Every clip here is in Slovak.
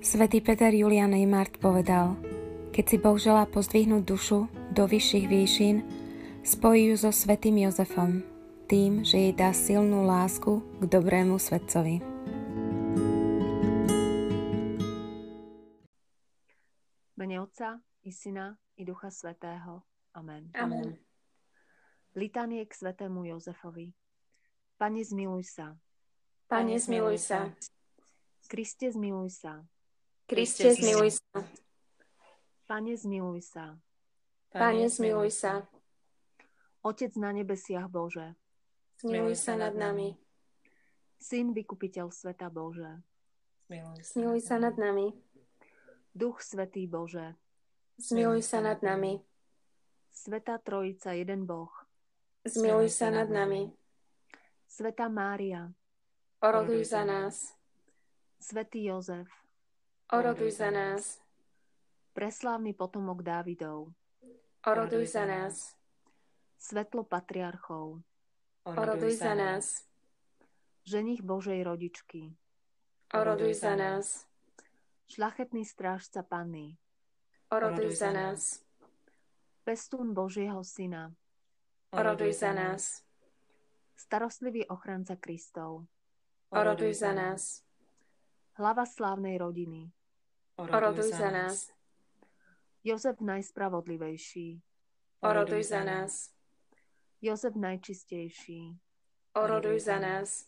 Svätý Peter Julian Eymart povedal: keď si Boh želá pozdvihnúť dušu do vyšších výšin, spojí ju so svätým Jozefom, tým, že jej dá silnú lásku k dobrému svetcovi. V mene Otca i Syna i Ducha Svätého. Amen. Amen. Litánie k svätému Jozefovi. Pane, zmiluj sa. Pane, zmiluj sa. Kriste, zmiluj sa. Kriste, zmiluj sa. Pane, zmiluj sa. Pane, zmiluj sa. Otec na nebesiach Bože. Zmiluj sa nad nami. Syn, vykupiteľ sveta Bože. Zmiluj sa nad nami. Duch Svätý Bože. Zmiluj sa nad nami. Svätá Trojica, jeden Boh. Zmiluj sa nad nami. Svätá Mária. Oroduj za nás. Svätý Jozef. Oroduj za nás. Preslávny potomok Dávidov. Oroduj za nás. Svetlo patriarchov. Oroduj za nás. Ženich Božej rodičky. Oroduj za nás. Šľachetný strážca Panny. Oroduj za nás. Pestún Božieho Syna. Oroduj za nás. Starostlivý ochranca Kristov. Oroduj za nás. Hlava slávnej rodiny. Oroduj za nás. Jozef najspravodlivejší. Oroduj za nás. Jozef najčistejší. Oroduj za nás.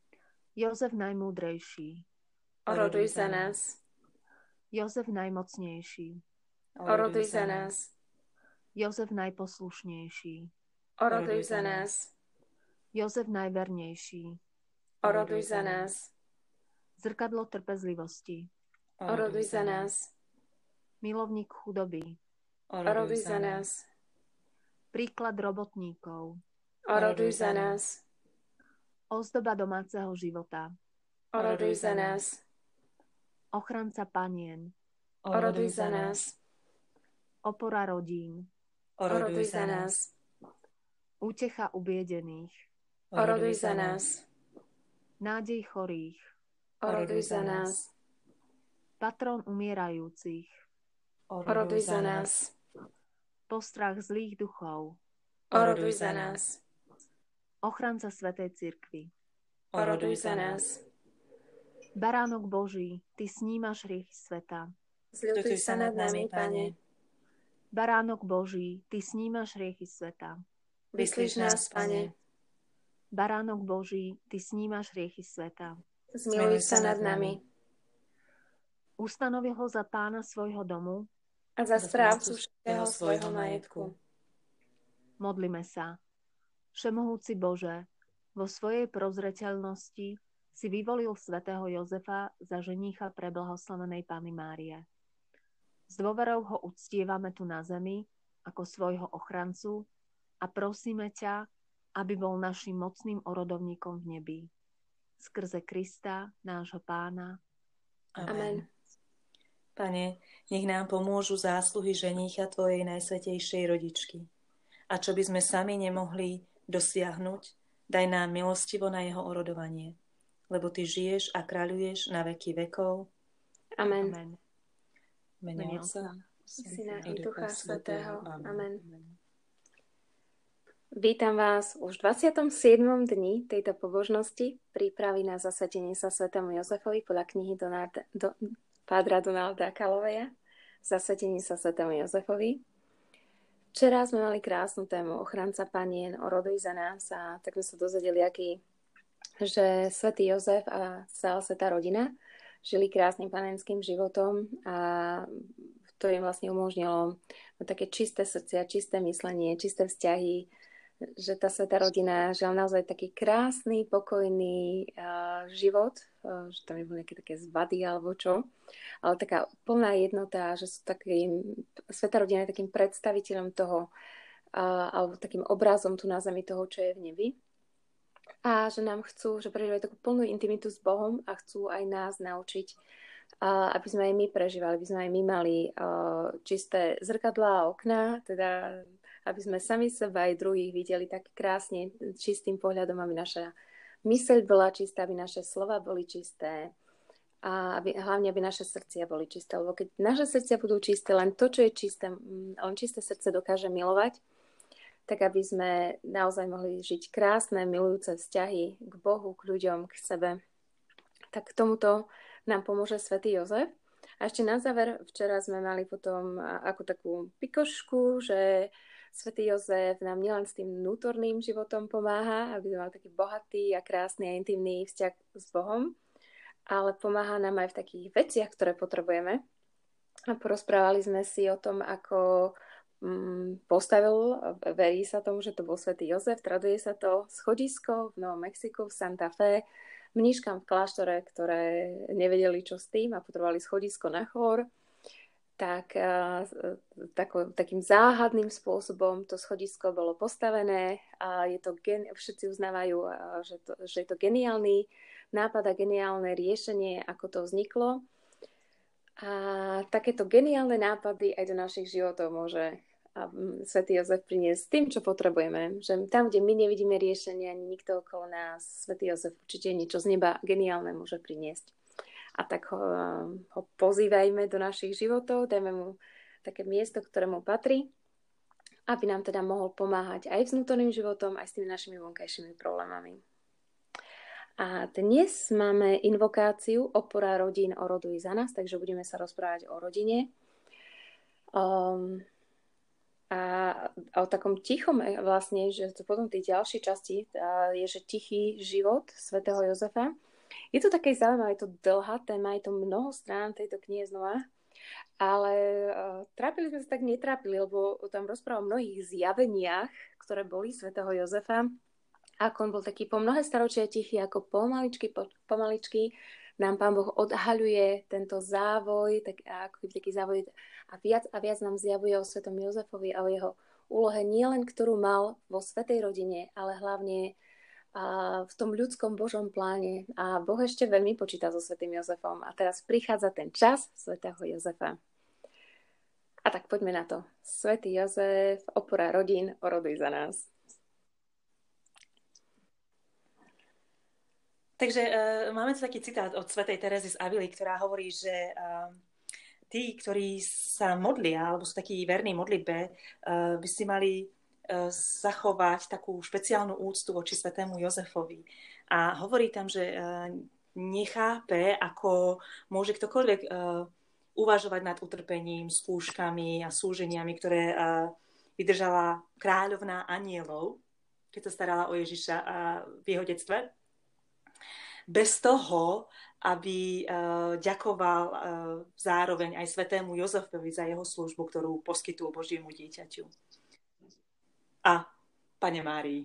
Jozef najmúdrejší. Oroduj za nás. Jozef najmocnejší. Oroduj za nás. Jozef najposlušnejší. Oroduj za nás. Jozef najvernejší. Oroduj za nás. Zrkadlo trpezlivosti. Oroduj za nás. Milovník chudoby. Oroduj za nás. Príklad robotníkov. Oroduj za nás. Ozdoba domáceho života. Oroduj za nás. Ochranca panien. Oroduj za nás. Opora rodín. Oroduj za nás. Útecha ubiedených. Oroduj za nás. Nádej chorých. Oroduj za nás. Patrón umierajúcich. Oroduj za nás. Postrach zlých duchov. Oroduj za nás. Ochranca Svätej Cirkvi. Oroduj za nás. Baránok Boží, Ty snímaš hriechy sveta. Zľutuj sa nad nami, Pane. Baránok Boží, Ty snímaš hriechy sveta. Vyslíš nás, Pane. Baránok Boží, Ty snímaš hriechy sveta. Zmiluj sa nad nami. Ustanovil ho za pána svojho domu. A za správcu všetkého svojho majetku. Modlime sa. Všemohúci Bože, vo svojej prozreteľnosti si vyvolil svätého Jozefa za ženícha pre blahoslavenej Panny Márie. S dôverou ho uctievame tu na zemi ako svojho ochrancu a prosíme ťa, aby bol našim mocným orodovníkom v nebi. Skrze Krista, nášho Pána. Amen. Pane, nech nám pomôžu zásluhy ženícha Tvojej najsvätejšej rodičky. A čo by sme sami nemohli dosiahnuť, daj nám milostivo na jeho orodovanie. Lebo Ty žiješ a kráľuješ na veky vekov. Amen. Amen. V mene Otca, Syna i Ducha Svätého. Amen. Vítam vás už v 27. dni tejto pobožnosti, prípravy na zasvetenie sa svätému Jozefovi podľa knihy Pádra Donalda Callowaya, zasvetenie sa svätému Jozefovi. Včera sme mali krásnu tému ochranca panien, oroduj za nás, a tak sme sa dozvedeli, že svätý Jozef a celá svätá rodina žili krásnym panenským životom, a to im vlastne umožnilo také čisté srdcia, čisté myslenie, čisté vzťahy, že tá svätá rodina žila naozaj taký krásny, pokojný život, že tam neboli nejaké také zvady alebo čo, ale taká plná jednota, že sú svätá rodina je takým predstaviteľom toho, alebo takým obrazom tu na zemi toho, čo je v nebi. A že nám chcú, že prežívajú takú plnú intimitu s Bohom a chcú aj nás naučiť, aby sme aj my prežívali, aby sme aj my mali čisté zrkadlá a okná, teda aby sme sami seba aj druhých videli tak krásne, čistým pohľadom, aby naša myseľ bola čistá, aby naše slova boli čisté, a hlavne, aby naše srdcia boli čisté. Lebo keď naše srdcia budú čisté, len to, čo je čisté, len čisté srdce dokáže milovať, tak aby sme naozaj mohli žiť krásne, milujúce vzťahy k Bohu, k ľuďom, k sebe. Tak k tomuto nám pomôže svätý Jozef. A ešte na záver, včera sme mali potom ako takú pikošku, že svätý Jozef nám nielen s tým vnútorným životom pomáha, aby sme mali taký bohatý a krásny a intimný vzťah s Bohom, ale pomáha nám aj v takých veciach, ktoré potrebujeme. A porozprávali sme si o tom, ako postavil, verí sa tomu, že to bol svätý Jozef, traduje sa to, schodisko v Novom Mexiku, v Santa Fe, mníškam v kláštore, ktoré nevedeli, čo s tým a potrebovali schodisko na chór, tak takým záhadným spôsobom to schodisko bolo postavené a všetci uznávajú, že je to geniálny nápad a geniálne riešenie, ako to vzniklo. A takéto geniálne nápady aj do našich životov môže svätý Jozef priniesť tým, čo potrebujeme. Že tam, kde my nevidíme riešenie ani nikto okolo nás, svätý Jozef určite niečo z neba geniálne môže priniesť. A tak ho pozývajme do našich životov, dajme mu také miesto, ktoré mu patrí, aby nám teda mohol pomáhať aj s vnútorným životom, aj s tými našimi vonkajšími problémami. A dnes máme invokáciu Opora rodín oroduj za nás, takže budeme sa rozprávať o rodine. A o takom tichom vlastne, že to potom tej ďalšej časti je, že tichý život svätého Jozefa. Je to také zaujímavé, je to dlhá téma, je to mnoho strán tejto knihy znova, ale trápili sme sa tak netrápili, lebo tam rozpráva o mnohých zjaveniach, ktoré boli svätého Jozefa. Ako on bol taký po mnohé staročia tichý, ako pomaličky nám Pán Boh odhaľuje tento závoj, ako taký závoj a viac nám zjavuje o svätom Jozefovi a o jeho úlohe nielen, ktorú mal vo svätej rodine, ale hlavne v tom ľudskom Božom pláne. A Boh ešte veľmi počíta so svätým Jozefom. A teraz prichádza ten čas svätého Jozefa. A tak poďme na to. Svätý Jozef, opora rodín, oroduj za nás. Takže máme tu taký citát od svätej Terezy z Avily, ktorá hovorí, že tí, ktorí sa modlia, alebo sú takí verní modlitbe, by si mali zachovať takú špeciálnu úctu voči svätému Jozefovi. A hovorí tam, že nechápe, ako môže ktokoľvek uvažovať nad utrpením, skúškami a súženiami, ktoré vydržala kráľovná anielov, keď sa starala o Ježiša v jeho detstve, bez toho, aby ďakoval zároveň aj svätému Jozefovi za jeho službu, ktorú poskytol Božiemu dieťaťu. A Pane Márii.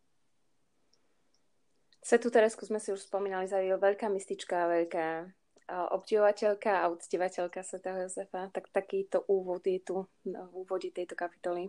Svätú Teresku sme si už spomínali, za jej veľká mystička, veľká obdivovateľka a uctievateľka svätého Jozefa. Tak takýto úvod je tu v úvode tejto kapitoly.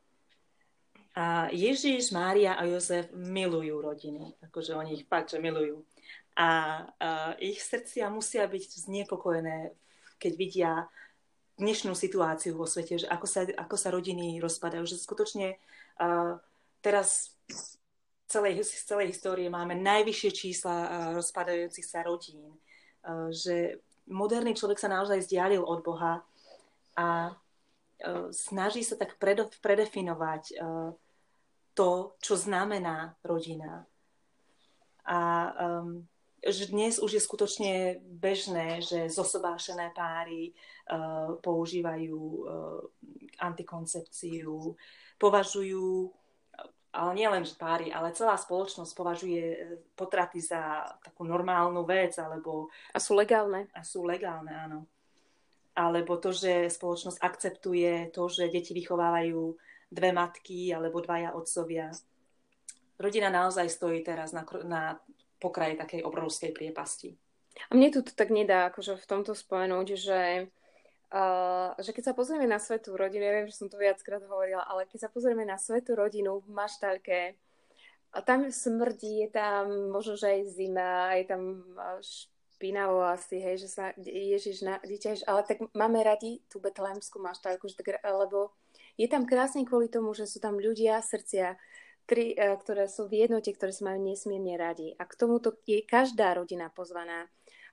A Ježiš, Mária a Jozef milujú rodiny. Akože oni ich fakt, že milujú. A ich srdcia musia byť znepokojené, keď vidia dnešnú situáciu vo svete, že ako sa rodiny rozpadajú. Že skutočne teraz z celej histórie máme najvyššie čísla rozpadajúcich sa rodín. Že moderný človek sa naozaj vzdialil od Boha a snaží sa tak predefinovať to, čo znamená rodina. A že dnes už je skutočne bežné, že zosobášené páry používajú antikoncepciu, považujú, ale nie len páry, ale celá spoločnosť považuje potraty za takú normálnu vec, alebo... A sú legálne. A sú legálne, áno. Alebo to, že spoločnosť akceptuje to, že deti vychovávajú dve matky alebo dvaja otcovia. Rodina naozaj stojí teraz na pokraji takej obrovskej priepasti. A mne tu tak nedá akože v tomto spomenúť, že keď sa pozrieme na svätú rodinu, neviem, že som to viackrát hovorila, ale keď sa pozrieme na svätú rodinu v Maštalke, a tam smrdí, je tam možno, že aj zima, je tam špinavo asi, hej, že sa Ježiš dieťa, ale tak máme radi tú betlehemskú Maštalku, lebo je tam krásne kvôli tomu, že sú tam ľudia, srdcia, ktoré sú v jednote, ktoré sa majú nesmierne radi. A k tomuto je každá rodina pozvaná.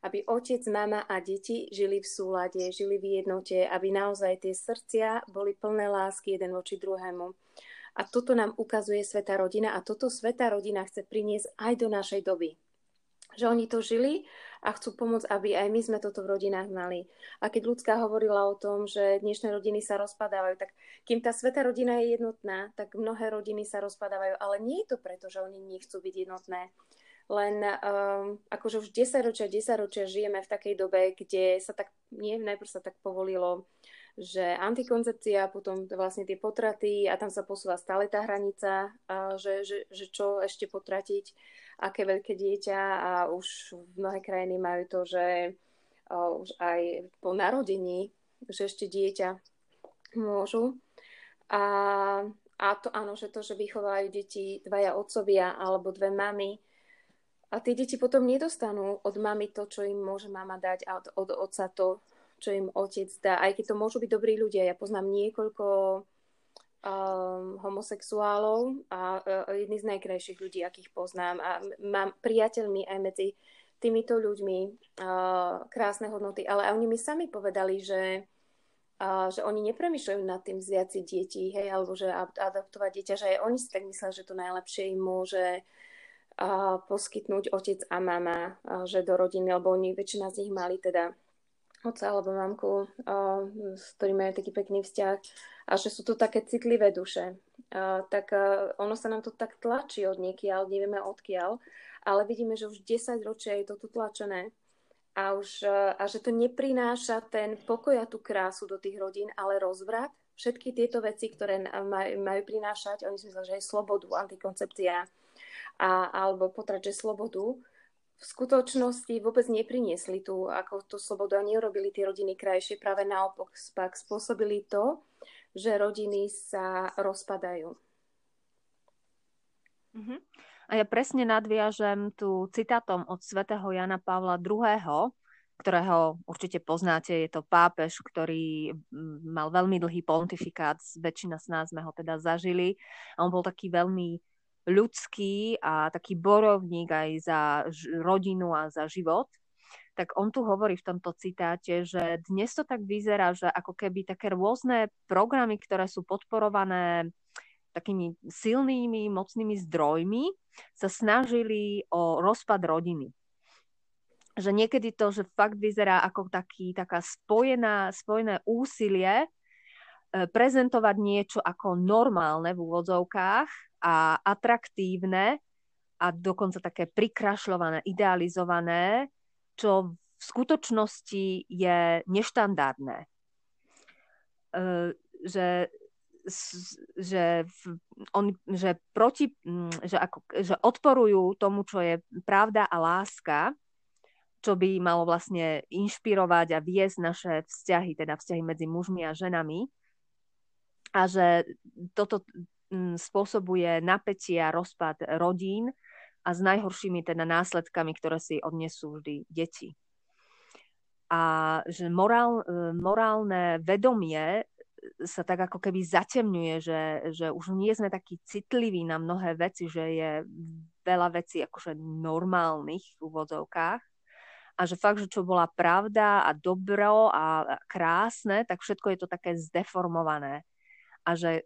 aby otec, mama a deti žili v súlade, žili v jednote, aby naozaj tie srdcia boli plné lásky jeden voči druhému. A toto nám ukazuje svätá rodina a toto svätá rodina chce priniesť aj do našej doby. Že oni to žili a chcú pomôcť, aby aj my sme toto v rodinách mali. A keď Ľudská hovorila o tom, že dnešné rodiny sa rozpadávajú, tak kým tá svätá rodina je jednotná, tak mnohé rodiny sa rozpadávajú. Ale nie je to preto, že oni nechcú byť jednotné. Len akože už 10 ročia žijeme v takej dobe, kde sa tak, najprv sa tak povolilo, že antikoncepcia, potom vlastne tie potraty a tam sa posúva stále tá hranica, že čo ešte potratiť, aké veľké dieťa a už mnohé krajiny majú to, že už aj po narodení, že ešte dieťa môžu. A to áno, že to, že vychovajú deti dvaja otcovia alebo dve mamy, a tie deti potom nedostanú od mamy to, čo im môže mama dať a od otca to, čo im otec dá. Aj keď to môžu byť dobrí ľudia. Ja poznám niekoľko homosexuálov a jedni z najkrajších ľudí, akých poznám. A mám priateľmi aj medzi týmito ľuďmi krásne hodnoty. Ale oni mi sami povedali, že oni nepremýšľajú nad tým vziať si deti, hej, alebo že adoptovať dieťa, že aj oni si tak myslia, že to najlepšie im môže poskytnúť otec a mama, že do rodiny, lebo oni, väčšina z nich mali teda otca alebo mamku, s ktorými majú taký pekný vzťah a že sú to také citlivé duše. Tak ono sa nám to tak tlačí od niekiaľ, nevieme odkiaľ, ale vidíme, že už 10 ročia je to tu tlačené a že to neprináša ten pokoj a tú krásu do tých rodín, ale rozvrat. Všetky tieto veci, ktoré majú prinášať, oni si myslia, že je slobodu, antikoncepcia, alebo potrat, že slobodu, v skutočnosti vôbec nepriniesli ako tú slobodu a neurobili tie rodiny krajšie. Práve naopak spôsobili to, že rodiny sa rozpadajú. A ja presne nadviažem tu citátom od svätého Jana Pavla II., ktorého určite poznáte, je to pápež, ktorý mal veľmi dlhý pontifikát, väčšina z nás sme ho teda zažili a on bol taký veľmi ľudský a taký bojovník aj za rodinu a za život, tak on tu hovorí v tomto citáte, že dnes to tak vyzerá, že ako keby také rôzne programy, ktoré sú podporované takými silnými, mocnými zdrojmi, sa snažili o rozpad rodiny. Že niekedy to, že fakt vyzerá ako taká spojené úsilie prezentovať niečo ako normálne v úvodzovkách a atraktívne a dokonca také prikrašľované, idealizované, čo v skutočnosti je neštandardné. Že odporujú tomu, čo je pravda a láska, čo by malo vlastne inšpirovať a viesť naše vzťahy, teda vzťahy medzi mužmi a ženami. A že toto spôsobuje napätie a rozpad rodín a s najhoršími teda následkami, ktoré si odnesú vždy deti. A že morálne vedomie sa tak ako keby zatemňuje, že už nie sme takí citliví na mnohé veci, že je veľa vecí akože normálnych v úvodzovkách a že fakt, že čo bola pravda a dobro a krásne, tak všetko je to také zdeformované. A že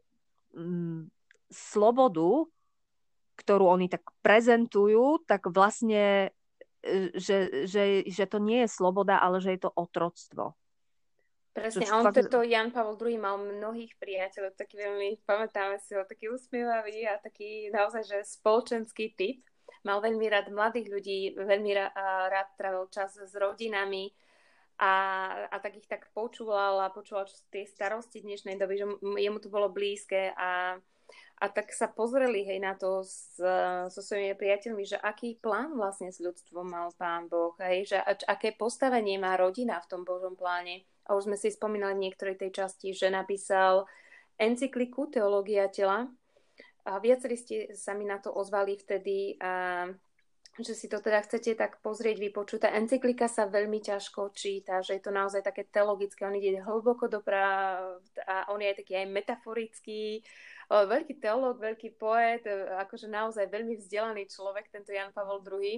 slobodu, ktorú oni tak prezentujú, tak vlastne, že to nie je sloboda, ale že je to otroctvo. Presne, a on to Jan Pavol II mal mnohých priateľov, taký veľmi, pamätáme si ho, taký usmievavý a taký naozaj, že spoločenský typ. Mal veľmi rád mladých ľudí, veľmi rád trávil čas s rodinami a tak ich tak počúval, čo sú tie starosti dnešnej doby, že jemu to bolo blízke a tak sa pozreli na to so svojimi priateľmi, že aký plán vlastne s ľudstvom mal Pán Boh, že aké postavenie má rodina v tom Božom pláne. A už sme si spomínali v niektorej tej časti, že napísal encykliku Teológia tela. A viacerí ste sa mi na to ozvali vtedy, že si to teda chcete tak pozrieť, vypočuť. Tá encyklika sa veľmi ťažko číta, že je to naozaj také teologické. On ide hlboko a on je aj taký aj metaforický, veľký teológ, veľký poet, akože naozaj veľmi vzdelaný človek, tento Jan Pavol II.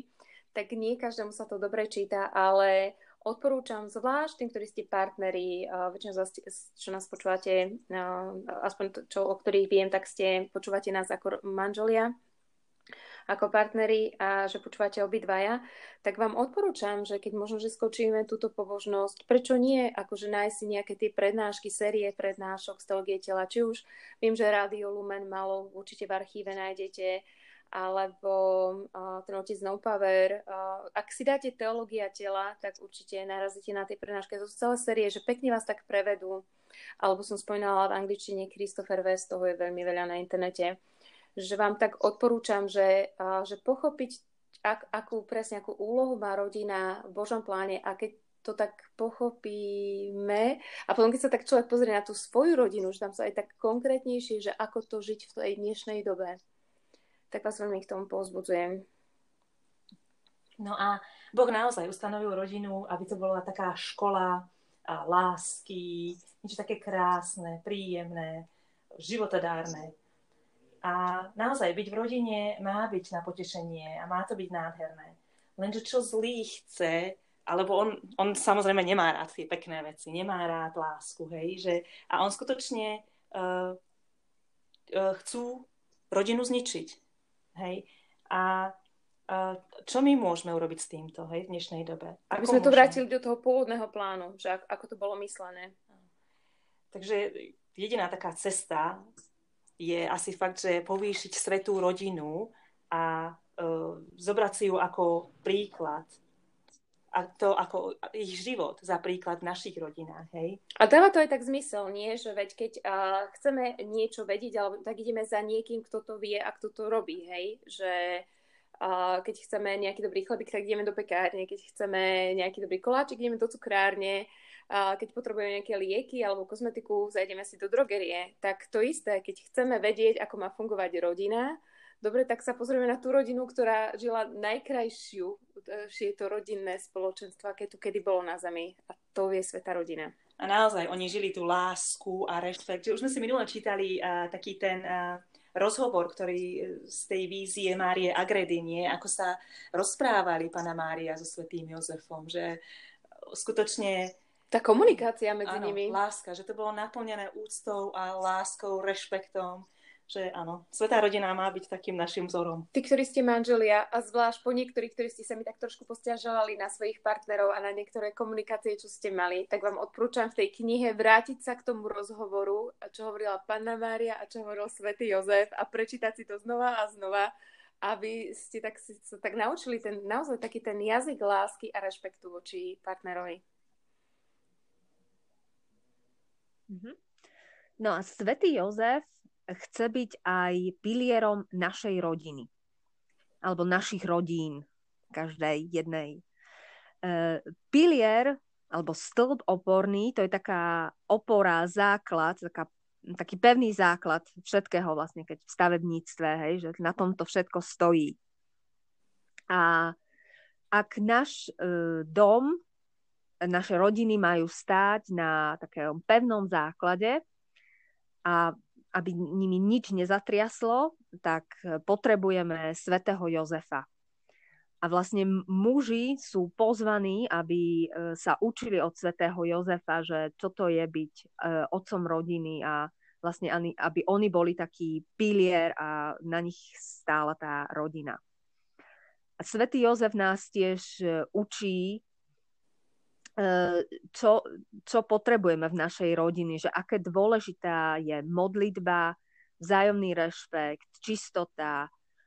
tak nie každému sa to dobre číta, ale odporúčam zvlášť tým, ktorí ste partneri, väčšinou čo nás počúvate, aspoň o ktorých viem, tak počúvate nás ako manželia, ako partneri a že počúvate obidvaja, tak vám odporúčam, že keď možno, že skočíme túto pobožnosť, prečo nie, akože nájsť si nejaké tie prednášky, série prednášok z teológie tela, či už viem, že Rádio Lumen malo, určite v archíve nájdete, alebo ten otec No Power. Ak si dáte teológia tela, tak určite narazíte na tie prednášky. To sú celé série, že pekne vás tak prevedú. Alebo som spomínala v angličtine Christopher West, toho je veľmi veľa na internete. Že vám tak odporúčam, že pochopiť, akú úlohu má rodina v Božom pláne a keď to tak pochopíme a potom keď sa tak človek pozrie na tú svoju rodinu, že tam sa aj tak konkrétnejšie, že ako to žiť v tej dnešnej dobe, tak vás veľmi k tomu povzbudzujem. No a Boh naozaj ustanovil rodinu, aby to bola taká škola lásky, niečo také krásne, príjemné, životodárne. A naozaj byť v rodine má byť na potešenie a má to byť nádherné. Lenže čo zlý chce, alebo on samozrejme nemá rád tie pekné veci, nemá rád lásku, hej, a on skutočne chcú rodinu zničiť, hej. A čo my môžeme urobiť s týmto, hej, v dnešnej dobe? Aby sme to vrátili do toho pôvodného plánu, že ako to bolo myslené. Takže jediná taká cesta je asi fakt, že povýšiť svätú rodinu a zobrať si ju ako príklad. A to ako ich život za príklad v našich rodinách, hej? A dáva to aj tak zmysel, nie? Že veď keď chceme niečo vedieť, alebo tak ideme za niekým, kto to vie a kto to robí, hej? Že keď chceme nejaký dobrý chlebík, tak ideme do pekárne. Keď chceme nejaký dobrý koláčik, ideme do cukrárne. Keď potrebujeme nejaké lieky alebo kozmetiku, zajdeme si do drogerie. Tak to isté, keď chceme vedieť, ako má fungovať rodina, dobre, tak sa pozrieme na tú rodinu, ktorá žila najkrajšie to rodinné spoločenstvo, aké tu kedy bolo na zemi. A to je svätá rodina. A naozaj, oni žili tú lásku a rešpekt. Už sme si minule čítali taký ten rozhovor, ktorý z tej vízie Márie Agredy, ako sa rozprávali Panna Mária so svätým Jozefom, že skutočne tá komunikácia medzi nimi. Láska, že to bolo naplnené úctou a láskou, rešpektom, že áno, svätá rodina má byť takým našim vzorom. Tí, ktorí ste manželia a zvlášť po niektorých, ktorí ste sa mi tak trošku posťažovali na svojich partnerov a na niektoré komunikácie, čo ste mali, tak vám odporúčam v tej knihe vrátiť sa k tomu rozhovoru, čo hovorila Panna Mária a čo hovoril svätý Jozef a prečítať si to znova a znova, aby ste sa tak naučili naozaj taký ten jazyk lásky a rešpektu voči partnerovi. No a svätý Jozef chce byť aj pilierom našej rodiny. Alebo našich rodín. Každej jednej. Pilier, alebo stĺp oporný, to je taká opora, základ, taký pevný základ všetkého vlastne, keď v stavebníctve, hej, že na tomto všetko stojí. A ak náš dom, naše rodiny majú stáť na takom pevnom základe a aby nimi nič nezatriaslo, tak potrebujeme svätého Jozefa. A vlastne muži sú pozvaní, aby sa učili od svätého Jozefa, že čo to je byť otcom rodiny a vlastne aby oni boli taký pilier a na nich stála tá rodina. A svätý Jozef nás tiež učí, čo potrebujeme v našej rodine, že aké dôležitá je modlitba, vzájomný rešpekt, čistota,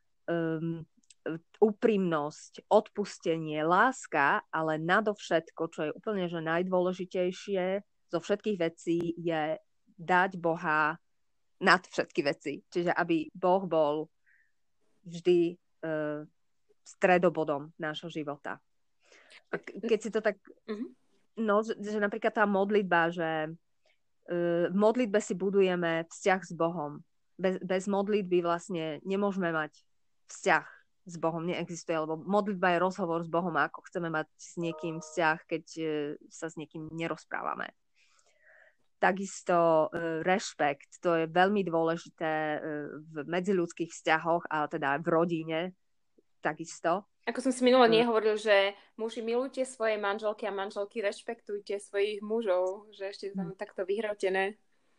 úprimnosť, odpustenie, láska, ale nadovšetko, čo je úplne že najdôležitejšie zo všetkých vecí, je dať Boha nad všetky veci. Čiže aby Boh bol vždy stredobodom nášho života. Keď si to tak... No, že napríklad tá modlitba, že v modlitbe si budujeme vzťah s Bohom. Bez modlitby vlastne nemôžeme mať vzťah s Bohom, neexistuje, lebo modlitba je rozhovor s Bohom, ako chceme mať s niekým vzťah, keď sa s niekým nerozprávame. Takisto rešpekt, to je veľmi dôležité v medziľudských vzťahoch, a teda v rodine takisto. Ako som si minule nehovoril, že muži milujte svoje manželky a manželky rešpektujte svojich mužov, že ešte tam takto vyhrotené.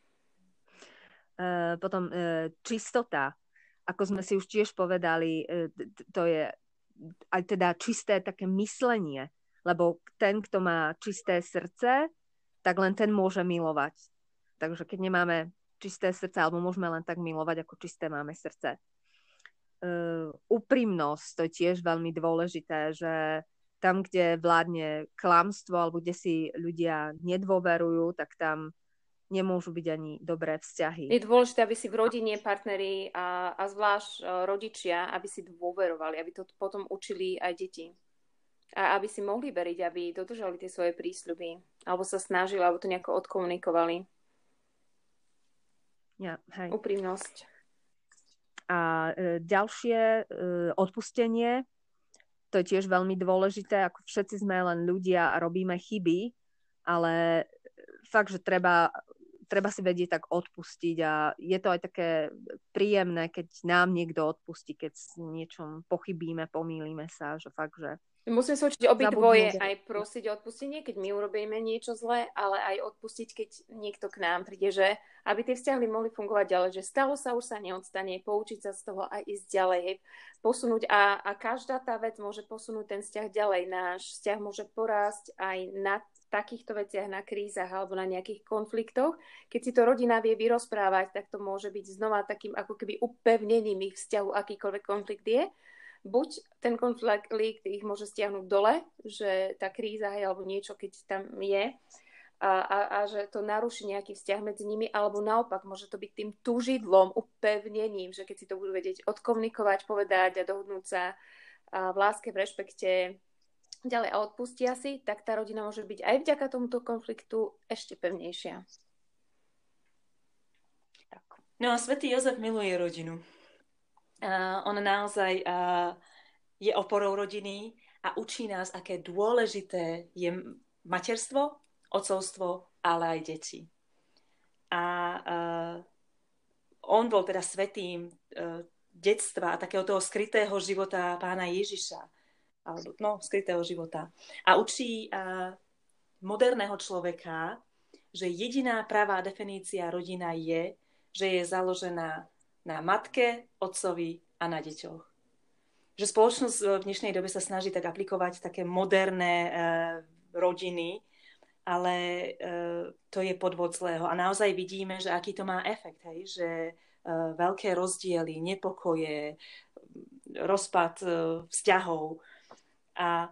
Potom čistota, ako sme si už tiež povedali, to je aj teda čisté také myslenie, lebo ten, kto má čisté srdce, tak len ten môže milovať. Takže keď nemáme čisté srdce, alebo môžeme len tak milovať, ako čisté máme srdce. Úprimnosť, to je tiež veľmi dôležité, že tam, kde vládne klamstvo, alebo kde si ľudia nedôverujú, tak tam nemôžu byť ani dobré vzťahy. Je dôležité, aby si v rodine partneri a zvlášť rodičia, aby si dôverovali, aby to potom učili aj deti. A aby si mohli veriť, aby dodržali tie svoje prísľuby. Alebo sa snažili, alebo to nejako odkomunikovali. Ja, hej. Úprimnosť. A ďalšie, odpustenie, to je tiež veľmi dôležité, ako všetci sme len ľudia a robíme chyby, ale fakt, že treba si vedieť tak odpustiť a je to aj také príjemné, keď nám niekto odpustí, keď s niečom pochybíme, pomýlime sa, že fakt, že musíme sa učiť obidvoje, aj prosiť o odpustenie, keď my urobíme niečo zlé, ale aj odpustiť, keď niekto k nám príde, že aby tie vzťahy mohli fungovať ďalej, že stalo sa, už sa neodstane, poučiť sa z toho a ísť ďalej, hej, posunúť a každá tá vec môže posunúť ten vzťah ďalej. Náš vzťah môže porásť aj na takýchto veciach, na krízach alebo na nejakých konfliktoch. Keď si to rodina vie vyrozprávať, tak to môže byť znova takým ako keby upevnením ich vzťahu, akýkoľvek konflikt je. Buď ten konflikt ich môže stiahnuť dole, že tá kríza, hej, alebo niečo, keď tam je, a že to naruší nejaký vzťah medzi nimi, alebo naopak môže to byť tým túžidlom, upevnením, že keď si to budú vedieť odkomunikovať, povedať a dohodnúť sa v láske, v rešpekte ďalej a odpustia si, tak tá rodina môže byť aj vďaka tomuto konfliktu ešte pevnejšia. No a svätý Jozef miluje rodinu. On naozaj je oporou rodiny a učí nás, aké dôležité je materstvo, otcovstvo, ale aj deti. A on bol teda svätým detstva a takého toho skrytého života pána Ježiša. Alebo, skrytého života. A učí moderného človeka, že jediná pravá definícia rodina je, že je založená na matke, otcovi a na deťoch. Že spoločnosť v dnešnej dobe sa snaží tak aplikovať také moderné rodiny, ale to je podvod zlého. A naozaj vidíme, že aký to má efekt, hej? Že veľké rozdiely, nepokoje, rozpad vzťahov. A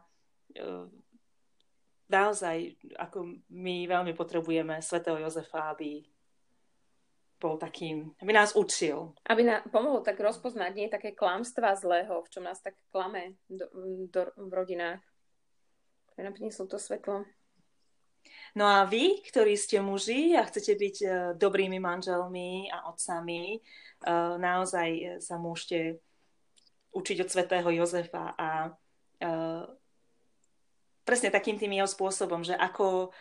naozaj, ako my veľmi potrebujeme svätého Jozefa, aby bol takým, aby nás učil. Aby nám pomohol tak rozpoznať nie také klamstvá zlého, v čom nás tak klame v rodinách. Aby nám priniesol to svetlo. No a vy, ktorí ste muži a chcete byť dobrými manželmi a otcami, naozaj sa môžete učiť od svätého Jozefa a presne takým tým jeho spôsobom, že ako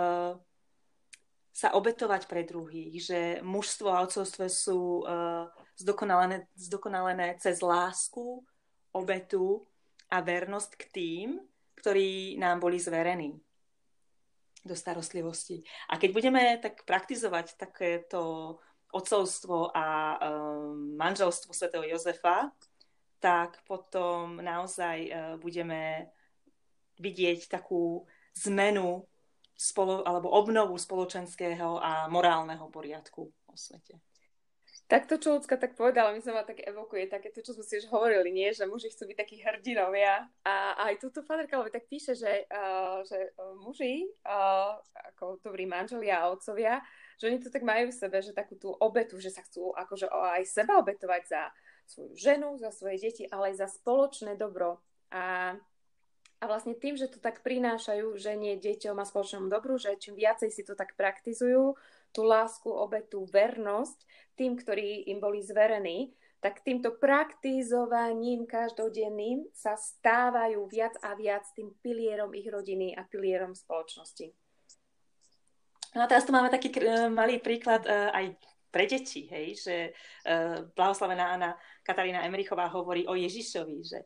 sa obetovať pre druhých, že mužstvo a otcovstvo sú zdokonalené cez lásku, obetu a vernosť k tým, ktorí nám boli zverení do starostlivosti. A keď budeme tak praktizovať takéto otcovstvo a manželstvo svätého Jozefa, tak potom naozaj budeme vidieť takú zmenu alebo obnovu spoločenského a morálneho poriadku vo svete. Tak to, čo Ľudská tak povedala, mi sa ma tak evokuje takéto, čo sme si už hovorili, nie? Že muži chcú byť takí hrdinovia. A aj túto Father Karol tak píše, že muži, ako dobrí manželia a otcovia, že oni to tak majú v sebe, že takú tú obetu, že sa chcú akože aj seba obetovať za svoju ženu, za svoje deti, ale aj za spoločné dobro. A vlastne tým, že to tak prinášajú žene, deťom a spoločnému dobru, že čím viacej si to tak praktizujú, tú lásku, obetu, vernosť tým, ktorí im boli zverení, tak týmto praktizovaním každodenným sa stávajú viac a viac tým pilierom ich rodiny a pilierom spoločnosti. No a teraz tu máme taký malý príklad aj pre deti, hej, že blahoslavená Anna Katarína Emrichová hovorí o Ježišovi, že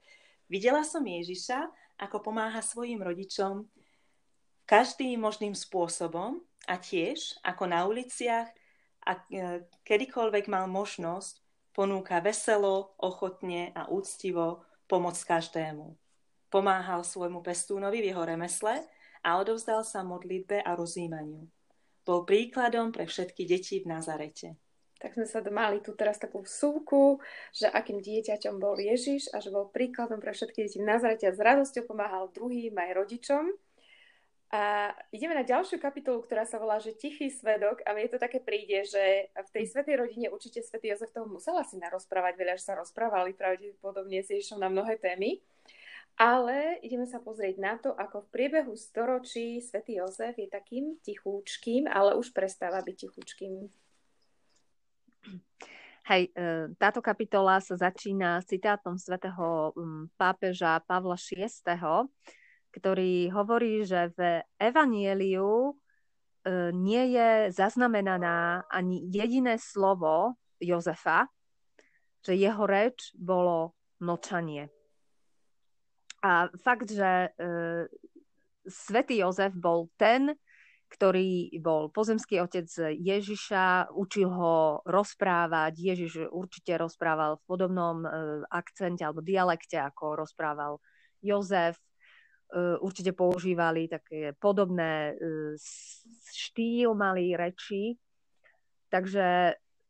Videla som Ježiša, ako pomáha svojim rodičom každým možným spôsobom a tiež, ako na uliciach a kedykoľvek mal možnosť, ponúka veselo, ochotne a úctivo pomoc každému. Pomáhal svojmu pestúnovi v jeho remesle a odovzdal sa modlitbe a rozjímaniu. Bol príkladom pre všetky deti v Nazarete. Tak sme sa mali tu teraz takú vsúvku, že akým dieťaťom bol Ježiš a že bol príkladom pre všetky deti v Nazarete a s radosťou pomáhal druhým aj rodičom. A ideme na ďalšiu kapitolu, ktorá sa volá, že Tichý svedok, a mne to také príde, že v tej svätej rodine určite svätý Jozef toho musel asi narozprávať, veľa, že sa rozprávali pravdepodobne s Ježišom na mnohé témy. Ale ideme sa pozrieť na to, ako v priebehu storočí svätý Jozef je takým tichúčkým, ale už prestáva byť tichúčkým. Hej, táto kapitola sa začína citátom svätého pápeža Pavla VI., ktorý hovorí, že v Evanieliu nie je zaznamenaná ani jediné slovo Jozefa, že jeho reč bolo mlčanie. A fakt, že svätý Jozef bol ten, ktorý bol pozemský otec Ježiša, učil ho rozprávať. Ježiš určite rozprával v podobnom akcente alebo dialekte, ako rozprával Jozef. Určite používali také podobné štýl, mali reči. Takže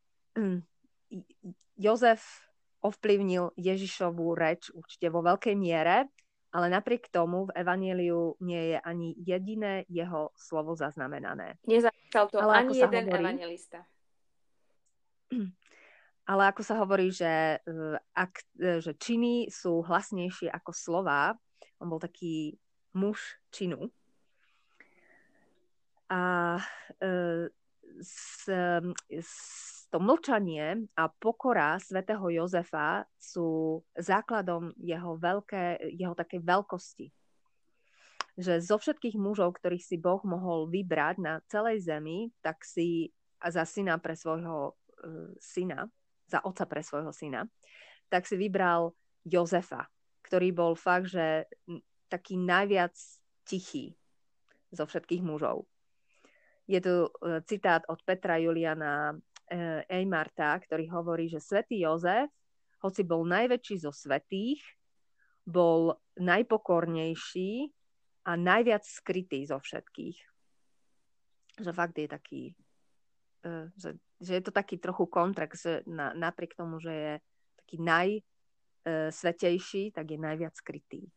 Jozef ovplyvnil Ježišovú reč určite vo veľkej miere, ale napriek tomu v Evanieliu nie je ani jediné jeho slovo zaznamenané. Nezapísal to ale ani jeden evangelista. Ale ako sa hovorí, že činy sú hlasnejšie ako slová, on bol taký muž činu. A to mlčanie a pokora svätého Jozefa sú základom jeho takej veľkosti. Že zo všetkých mužov, ktorých si Boh mohol vybrať na celej zemi, tak si za syna pre svojho syna, za otca pre svojho syna, tak si vybral Jozefa, ktorý bol fakt, že taký najviac tichý zo všetkých mužov. Je tu citát od Petra Juliana Eymarta, ktorý hovorí, že svätý Jozef, hoci bol najväčší zo svätých, bol najpokornejší a najviac skrytý zo všetkých. Že fakt je taký, že je to taký trochu kontraxt, že napriek tomu, že je taký najsvätejší, tak je najviac skrytý.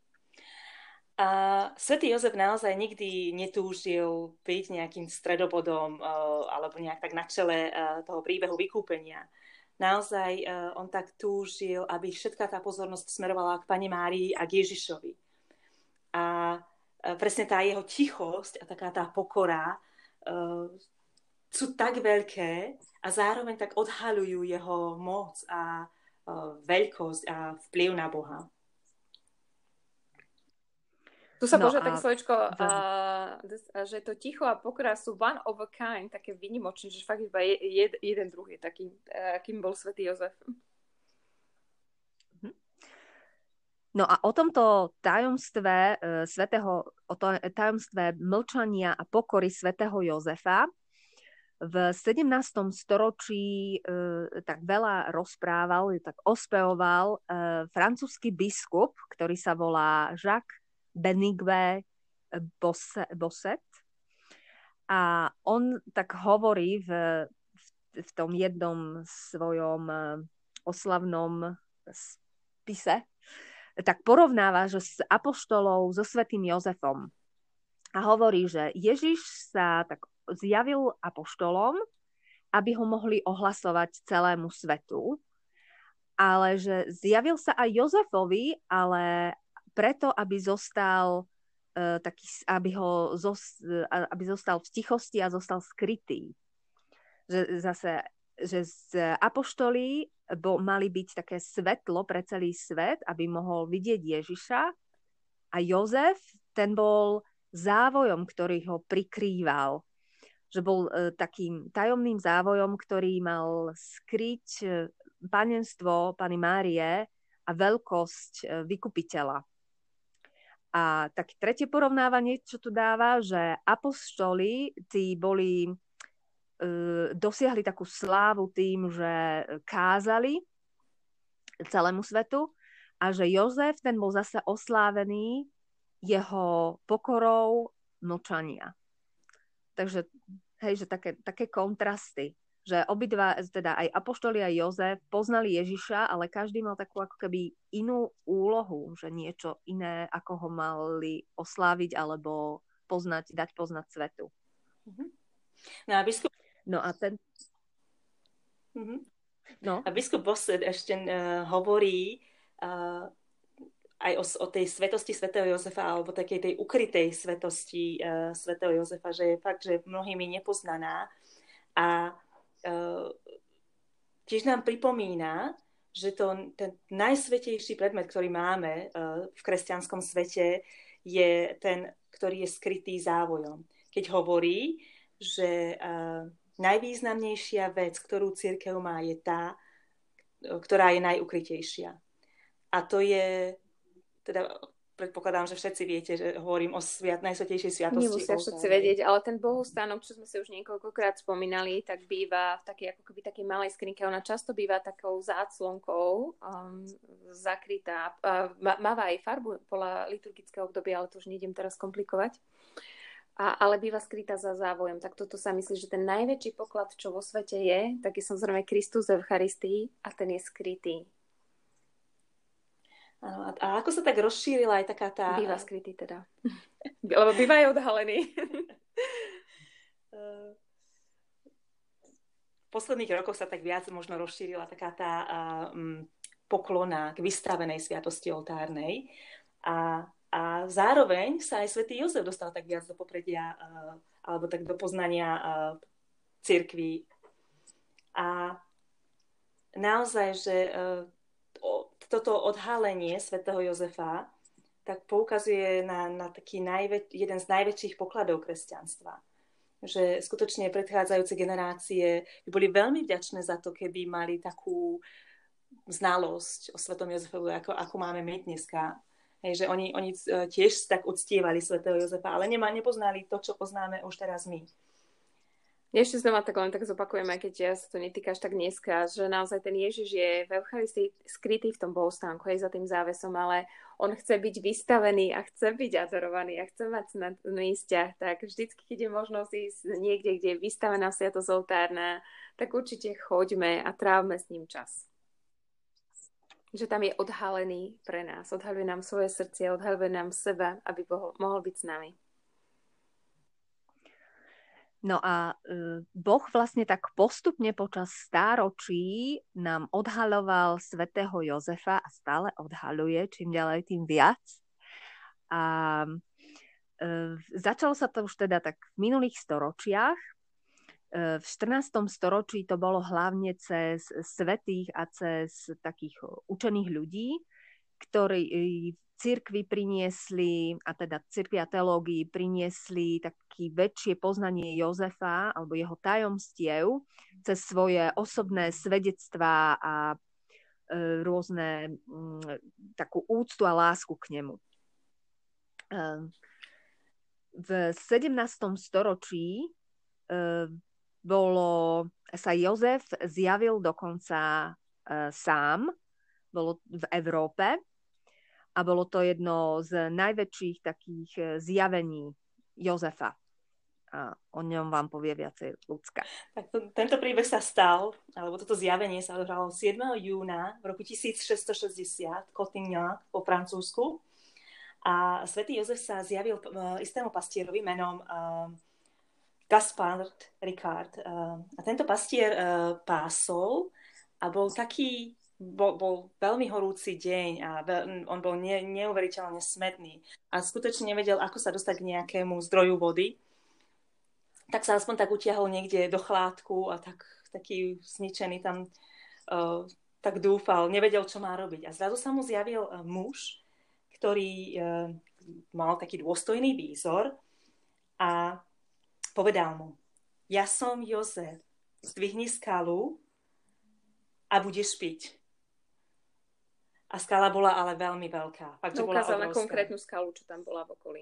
A svätý Jozef naozaj nikdy netúžil byť nejakým stredobodom alebo nejak tak na čele toho príbehu vykúpenia. Naozaj on tak túžil, aby všetká tá pozornosť smerovala k Panne Márii a k Ježišovi. A presne tá jeho tichosť a taká tá pokora sú tak veľké a zároveň tak odhaľujú jeho moc a veľkosť a vplyv na Boha. Tu sa používa také slovičko, že to ticho a pokora sú one of a kind, také výnimočné, že fakt iba jeden druh je taký, akým bol svätý Jozef. No a o tomto tajomstve tajomstve mlčania a pokory svätého Jozefa v 17. storočí tak veľa rozprával, tak ospevoval francúzsky biskup, ktorý sa volá Jacques Benigue Bosset. A on tak hovorí v tom jednom svojom oslavnom spise, tak porovnáva, že s apoštolov so svätým Jozefom. A hovorí, že Ježiš sa tak zjavil apoštolom, aby ho mohli ohlasovať celému svetu, ale že zjavil sa aj Jozefovi, ale preto, aby zostal aby zostal v tichosti a zostal skrytý. Že z apoštolí mali byť také svetlo pre celý svet, aby mohol vidieť Ježiša, a Jozef, ten bol závojom, ktorý ho prikrýval. Že bol takým tajomným závojom, ktorý mal skryť panenstvo Panny Márie a veľkosť vykupiteľa. A tak tretie porovnávanie, čo tu dáva, že apoštoli tí dosiahli takú slávu tým, že kázali celému svetu a že Jozef, ten bol zase oslávený jeho pokorou mlčania. Takže, hej, že také kontrasty, že obidva, teda aj apoštoli a Jozef poznali Ježiša, ale každý mal takú ako keby inú úlohu, že niečo iné, ako ho mali osláviť alebo dať poznať svetu. No a biskup... No a ten... No. A biskup Bossert ešte hovorí aj o tej svetosti svätého Jozefa, alebo takej tej ukrytej svetosti svätého Jozefa, že je fakt, že mnohými nepoznaná. A tiež nám pripomína, že ten najsvätejší predmet, ktorý máme v kresťanskom svete, je ten, ktorý je skrytý závojom. Keď hovorí, že najvýznamnejšia vec, ktorú cirkev má, je tá, ktorá je najukrytejšia. A to je, teda predpokladám, že všetci viete, že hovorím o najsvätejšej sviatosti. Nemusia všetci vedieť, ale ten bohostánok, čo sme si už niekoľkokrát spomínali, tak býva v takej malej skrinke. Ona často býva takou záclonkou, zakrytá. Máva aj farbu podľa liturgického obdobia, ale to už nejdem teraz komplikovať. Ale býva skrytá za závojom. Tak toto sa myslí, že ten najväčší poklad, čo vo svete je, tak je samozrejme Kristus v Eucharistii a ten je skrytý. Áno, a ako sa tak rozšírila aj taká tá... Býva skrytý teda. Lebo býva aj odhalený. V posledných rokoch sa tak viac možno rozšírila taká tá poklona k vystavenej sviatosti oltárnej. A zároveň sa aj svätý Jozef dostal tak viac do popredia alebo tak do poznania cirkvi. A naozaj, že toto odhalenie svätého Jozefa tak poukazuje na taký jeden z najväčších pokladov kresťanstva. Že skutočne predchádzajúce generácie by boli veľmi vďačné za to, keby mali takú znalosť o svätom Jozefovi, ako máme my dneska. Hej, že oni tiež tak uctievali svätého Jozefa, ale nepoznali to, čo poznáme už teraz my. Ešte znova tak len tak zopakujem, aj keď ja sa to netýka až tak dneska, že naozaj ten Ježiš je v Eucharistii skrytý v tom bohostánku, aj za tým závesom, ale on chce byť vystavený a chce byť adorovaný a chce mať snadný vzťah. Tak vždycky, keď je možnosť ísť niekde, kde je vystavená sviatosť oltárna, tak určite choďme a trávme s ním čas. Že tam je odhalený pre nás. Odhaluje nám svoje srdcie, odhaluje nám seba, aby mohol byť s nami. No a Boh vlastne tak postupne počas stáročí nám odhaľoval svätého Jozefa a stále odhaľuje, čím ďalej, tým viac. A začalo sa to už teda tak v minulých storočiach. V 14. storočí to bolo hlavne cez svätých a cez takých učených ľudí, ktorí cirkvi priniesli, a teda cirkvi a teológii priniesli také väčšie poznanie Jozefa alebo jeho tajomstiev cez svoje osobné svedectvá a rôzne takú úctu a lásku k nemu. V 17. storočí sa Jozef zjavil dokonca sám, bolo v Európe a bolo to jedno z najväčších takých zjavení Jozefa. A o ňom vám povie viacej Ľudská. Tak tento príbeh sa stal, alebo toto zjavenie sa odohralo 7. júna v roku 1660 Cotignan po Francúzsku. A svätý Jozef sa zjavil istému pastierovi menom Gaspard Ricard. A tento pastier pásol a bol veľmi horúci deň a on bol neuveriteľne smedný a skutočne nevedel, ako sa dostať k nejakému zdroju vody. Tak sa aspoň tak utiahol niekde do chládku a taký zničený tam tak dúfal, nevedel, čo má robiť. A zrazu sa mu zjavil muž, ktorý mal taký dôstojný výzor a povedal mu: ja som Jozef, zdvihni skalu a budeš piť. A skala bola ale veľmi veľká. Fakt, že bola Ukázal na obrovská. konkrétnu skalu, čo tam bola v okolí.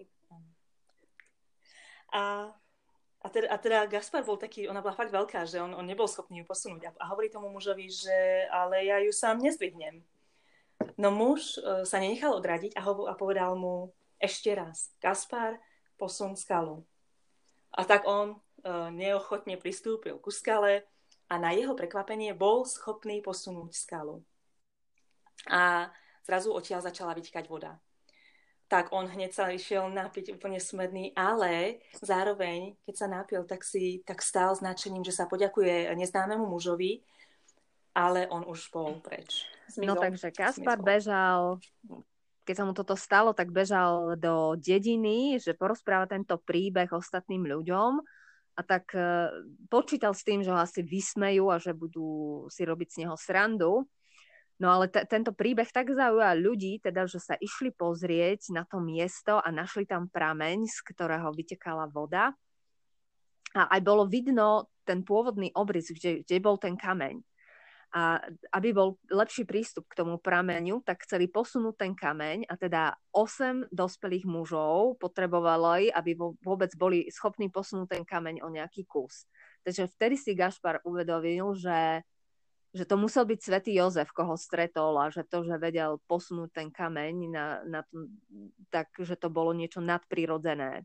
A teda Gaspar bol taký, ona bola fakt veľká, že on nebol schopný ju posunúť. A hovorí tomu mužovi, že ale ja ju sám nezdvihnem. No muž sa nenechal odradiť a povedal mu ešte raz, Gaspar, posun skalu. A tak on neochotne pristúpil ku skale a na jeho prekvapenie bol schopný posunúť skalu. A zrazu odtiaľ začala vytekať voda. Tak on hneď sa išiel napiť úplne smedný, ale zároveň, keď sa napil, tak stál s nadšením, že sa poďakuje neznámemu mužovi, ale on už bol preč. No takže Gaspar bežal, keď sa mu toto stalo, tak bežal do dediny, že porozpráva tento príbeh ostatným ľuďom a tak počítal s tým, že ho asi vysmejú a že budú si robiť z neho srandu. No ale tento príbeh tak zaujal ľudí, teda, že sa išli pozrieť na to miesto a našli tam prameň, z ktorého vytekala voda. A aj bolo vidno ten pôvodný obrys, kde bol ten kameň. A aby bol lepší prístup k tomu prameňu, tak chceli posunúť ten kameň a teda 8 dospelých mužov potrebovali, aby vôbec boli schopní posunúť ten kameň o nejaký kus. Takže vtedy si Gašpar uvedomil, že to musel byť svätý Jozef, koho stretol a že to, že vedel posunúť ten kameň tak, že to bolo niečo nadprirodzené.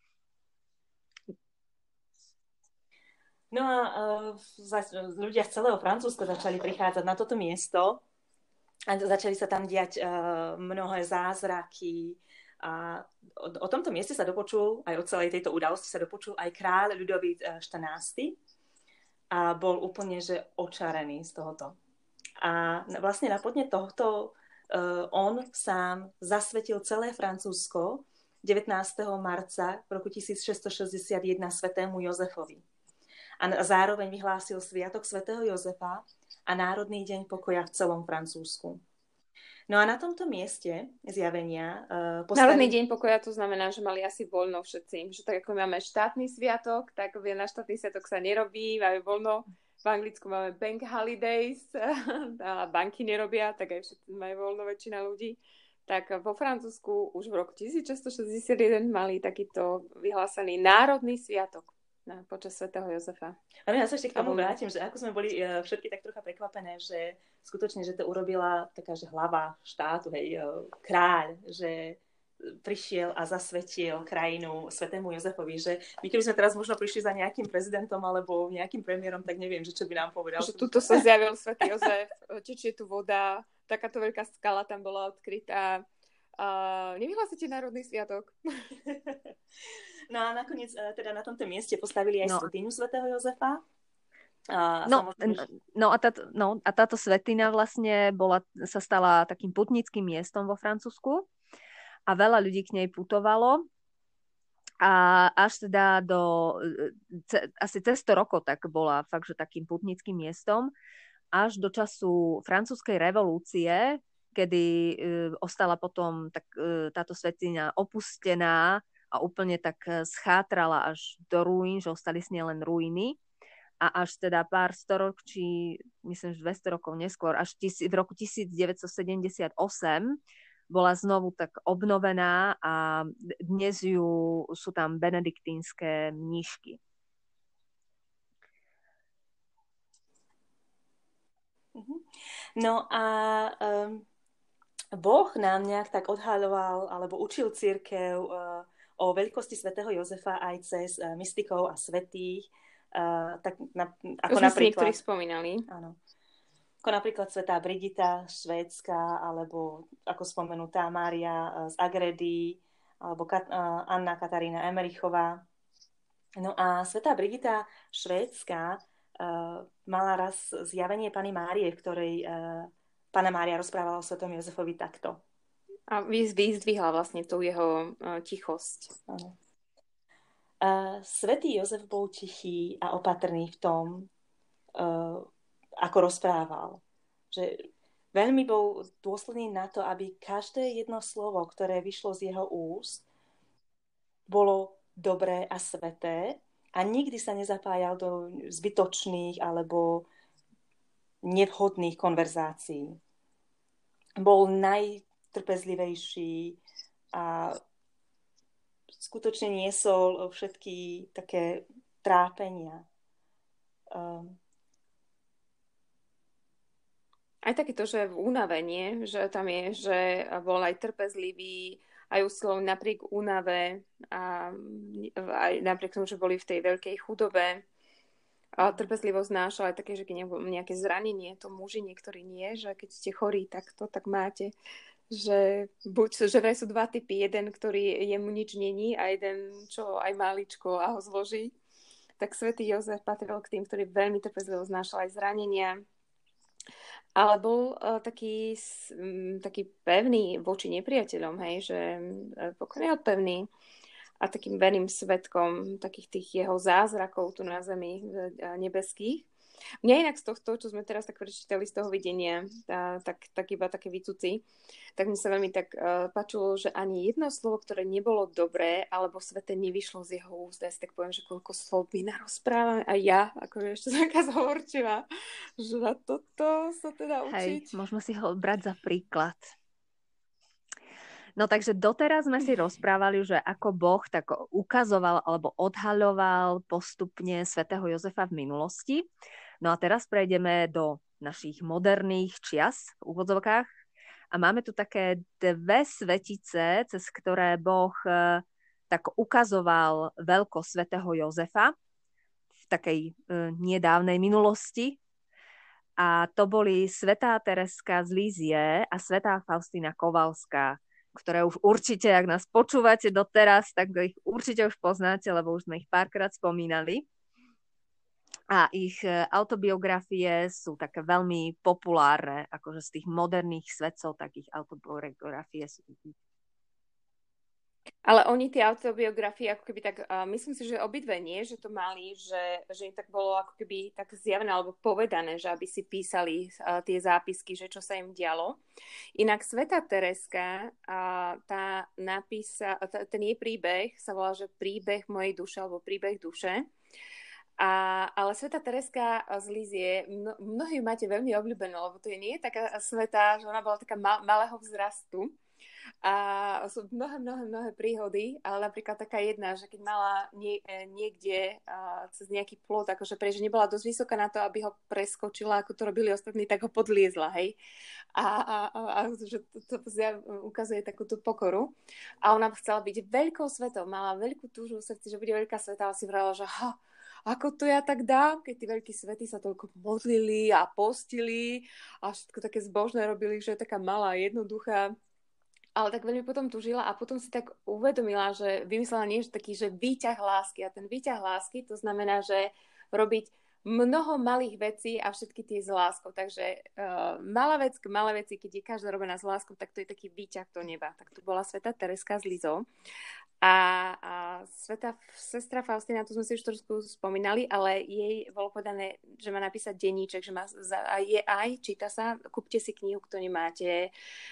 No a ľudia z celého Francúzska začali prichádzať na toto miesto a začali sa tam diať mnohé zázraky. A o tomto mieste sa dopočul, aj o celej tejto udalosti sa dopočul aj kráľ Ľudovít XIV. A bol úplne, že očarený z tohoto. A vlastne na podnet tohto on sám zasvetil celé Francúzsko 19. marca v roku 1661 svätému Jozefovi. A zároveň vyhlásil sviatok svätého Jozefa a Národný deň pokoja v celom Francúzsku. No a na tomto mieste zjavenia Národný deň pokoja, to znamená, že mali asi voľno všetci. Že tak ako máme štátny sviatok, tak na štátny sviatok sa nerobí, máme voľno. V Anglicku máme bank holidays a banky nerobia, tak aj všetci majú voľno, väčšina ľudí. Tak vo Francúzsku už v roku 1661 mali takýto vyhlásený národný sviatok počas svätého Jozefa. Ale ja sa ešte k tomu vrátim, že ako sme boli všetky tak trocha prekvapené, že skutočne, že to urobila taká, že hlava štátu, kráľ, že prišiel a zasvetil krajinu svätému Jozefovi, že my keby sme teraz možno prišli za nejakým prezidentom alebo nejakým premiérom, tak neviem, že čo by nám povedal. Že tuto sa zjavil svätý Jozef, tečie tu voda, takáto veľká skala tam bola odkrytá. Nevyhlásite národný sviatok. No a nakoniec teda na tomto mieste postavili aj svätyňu svätého Jozefa. A táto svätyňa vlastne sa stala takým putnickým miestom vo Francúzsku a veľa ľudí k nej putovalo a až teda asi cez 100 rokov tak bola fakt, že takým putnickým miestom až do času francúzskej revolúcie, kedy ostala potom táto svätyňa opustená a úplne tak schátrala až do ruín, že ostali s nej len ruiny. A až teda pár storočí, myslím, že 200 rokov neskôr, až v roku 1978 bola znovu tak obnovená a dnes sú tam benediktínske mníšky. No a Boh nám nejak tak odhaľoval alebo učil cirkev o veľkosti svätého Jozefa aj cez mystikov a svätých. Ako napríklad, ktorí spomínali. Áno. Ako napríklad svätá Brigita Švédska, alebo ako spomenutá Mária z Agredy, alebo Anna Katarína Emerichová. No a svätá Brigita Švédska mala raz zjavenie Panny Márie, v ktorej Panna Mária rozprávala o svätom Jozefovi takto. A vyzdvihla vlastne tú jeho tichosť. Áno. Svätý Jozef bol tichý a opatrný v tom, ako rozprával. Že veľmi bol dôsledný na to, aby každé jedno slovo, ktoré vyšlo z jeho úst, bolo dobré a sveté a nikdy sa nezapájal do zbytočných alebo nevhodných konverzácií. bol najtrpezlivejší a skutočne niesol všetky také trápenia. Aj takéto, že v únave, nie? Že tam je, že bol aj trpezlivý, aj usilovný napriek únave a aj napriek tomu, že boli v tej veľkej chudobe. A trpezlivo znášal aj také, že keď nejaké zranenie, to muži niektorí nie, že keď ste chorí, tak to tak máte. Že buď, že vraj sú dva typy, jeden, ktorý jemu nič není a jeden, čo aj maličko a ho zloží. Tak svätý Jozef patril k tým, ktorý veľmi trpezlivo znášal aj zranenia. Ale bol taký pevný voči nepriateľom, hej, že pokojne pevný a takým verným svedkom takých tých jeho zázrakov tu na zemi nebeských. Mňa inak z toho, čo sme teraz tak prečítali z toho videnia, tak iba také výcuci, tak mi sa veľmi tak páčilo, že ani jedno slovo, ktoré nebolo dobré alebo sveté, nevyšlo z jeho úst. Ja si tak poviem, že koľko slov my narozprávame a ja, ako ešte som taká zhovorčivá, že na toto sa teda učiť. Hej, môžeme si ho brať za príklad. No takže doteraz sme si rozprávali, že ako Boh tak ukazoval alebo odhaľoval postupne svätého Jozefa v minulosti. No a teraz prejdeme do našich moderných čias v úvodzovkách a máme tu také dve svetice, cez ktoré Boh tak ukazoval veľkosť svätého Jozefa v takej nedávnej minulosti. A to boli svätá Tereska z Lízie a svätá Faustína Kovalská, ktoré už určite, ak nás počúvate doteraz, tak ich určite už poznáte, lebo už sme ich párkrát spomínali. A ich autobiografie sú také veľmi populárne, akože z tých moderných svetcov, tak ich autobiografie sú. Ale oni tie autobiografie, ako keby tak, myslím si, že obidve nie, že to mali, že im tak bolo ako keby tak zjavné alebo povedané, že aby si písali tie zápisky, že čo sa im dialo. Inak svätá Tereska, ten jej príbeh sa volá, že príbeh mojej duše alebo príbeh duše. Ale svätá Tereska z Lízie, mnohí máte veľmi obľúbenú, lebo to nie je taká svätá, že ona bola taká malého vzrastu. A sú mnohé príhody, ale napríklad taká jedna, že keď mala niekde cez nejaký plot, akože že nebola dosť vysoká na to, aby ho preskočila, ako to robili ostatní, tak ho podliezla, hej. A že to ukazuje takúto pokoru. A ona chcela byť veľkou svetou, mala veľkú túžbu v srdci, že bude veľká sveta, ale si vrala, že ako to ja tak dám, keď tí veľkí svety sa toľko modlili a postili a všetko také zbožné robili, že je taká malá, jednoduchá. Ale tak veľmi potom tužila a potom si tak uvedomila, že vymyslela nie, že taký, že výťah lásky. A ten výťah lásky, to znamená, že robiť mnoho malých vecí a všetky tie s láskou. Takže malá veci, keď je každá robená s láskou, tak to je taký výťah do neba. Tak tu bola svätá Tereska z Lízou. A svätá sestra Faustína, tu sme si už trošku spomínali, ale jej bolo povedané, že má napísať denníček, že je aj, číta sa, kúpte si knihu, kto nemáte.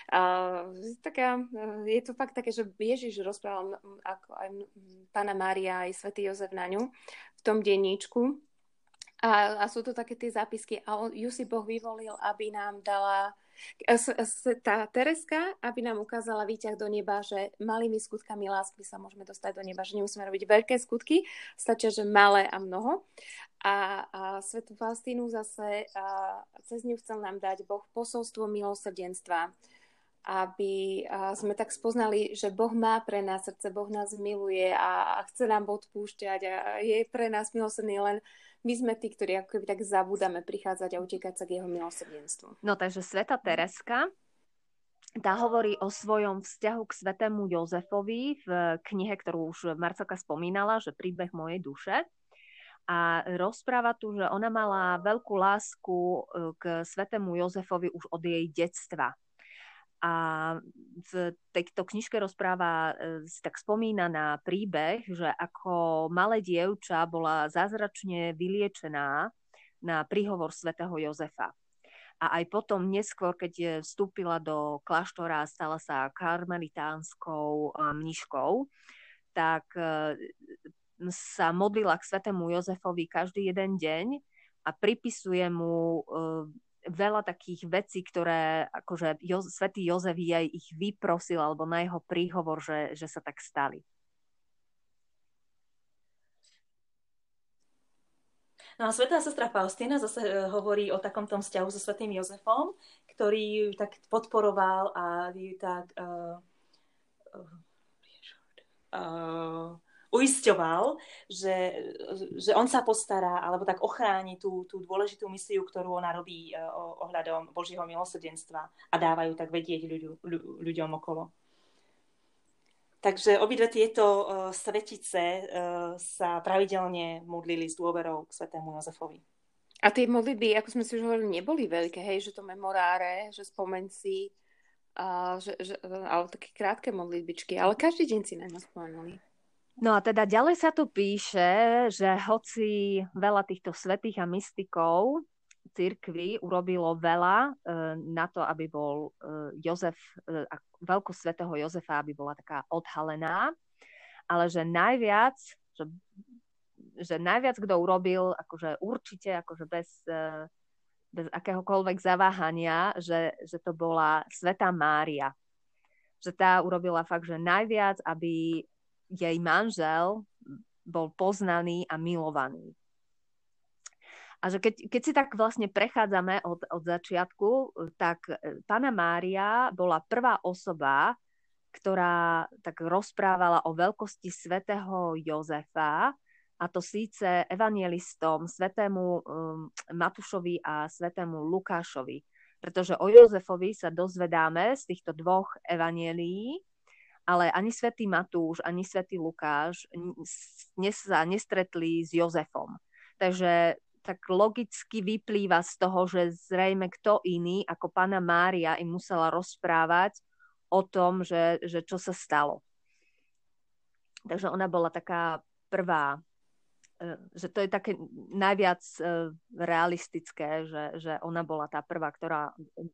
Je to fakt také, že Ježiš rozprával ako aj Panna Mária, aj svätý Jozef na ňu v tom denníčku. A sú to také tie zápisky a ju si Boh vyvolil, aby nám dala tá Tereska, aby nám ukázala výťah do neba, že malými skutkami lásky sa môžeme dostať do neba, že nemusíme robiť veľké skutky, stačia, že malé a mnoho. A svätú Faustínu zase cez ňu chcel nám dať Boh posolstvo milosrdenstva, aby sme tak spoznali, že Boh má pre nás srdce, Boh nás miluje a chce nám odpúšťať a je pre nás milosrdný, len my sme tí, ktorí ako keby tak zabúdame prichádzať a utekať sa k jeho milosrdenstvu. No takže svätá Tereska, tá hovorí o svojom vzťahu k svätému Jozefovi v knihe, ktorú už Marcelka spomínala, že príbeh mojej duše. A rozpráva tu, že ona mala veľkú lásku k svätému Jozefovi už od jej detstva. A v tejto knižke rozpráva, tak spomína na príbeh, že ako malé dievča bola zázračne vyliečená na príhovor svätého Jozefa. A aj potom neskôr, keď vstúpila do kláštora a stala sa karmelitánskou mníškou, tak sa modlila k svätému Jozefovi každý jeden deň a pripisuje mu veľa takých vecí, ktoré akože svätý Jozef jej ich vyprosil alebo na jeho príhovor, že sa tak stali. No a svätá sestra Faustína zase hovorí o takom tom vzťahu so svätým Jozefom, ktorý ju tak podporoval a ju tak uisťoval, že on sa postará, alebo tak ochráni tú dôležitú misiu, ktorú ona robí ohľadom Božieho milosrdenstva a dávajú tak vedieť ľuďom okolo. Takže obidve tieto svetice sa pravidelne modlili s dôverou k svätému Jozefovi. A tie modlitby, ako sme si už hovorili, neboli veľké, hej, že to memoráre, že spomenci, ale také krátke modlitbičky, ale každý deň si na ňa spomenuli. No a teda ďalej sa tu píše, že hoci veľa týchto svätých a mystikov cirkvi urobilo veľa na to, aby bol Jozef, veľkosť svätého Jozefa, aby bola taká odhalená, ale že najviac, kto urobil, akože určite, akože bez akéhokoľvek zaváhania, že to bola svätá Mária. Že tá urobila fakt, že najviac, aby jej manžel bol poznaný a milovaný. A že keď si tak vlastne prechádzame od začiatku, tak Panna Mária bola prvá osoba, ktorá tak rozprávala o veľkosti svätého Jozefa, a to síce evanjelistom svätému Matúšovi a svätému Lukášovi. Pretože o Jozefovi sa dozvedáme z týchto dvoch evanjelií, ale ani svätý Matúš, ani svätý Lukáš sa nestretli s Jozefom. Takže tak logicky vyplýva z toho, že zrejme kto iný ako Panna Mária im musela rozprávať o tom, že čo sa stalo. Takže ona bola taká prvá, že to je také najviac realistické, že ona bola tá prvá, ktorá...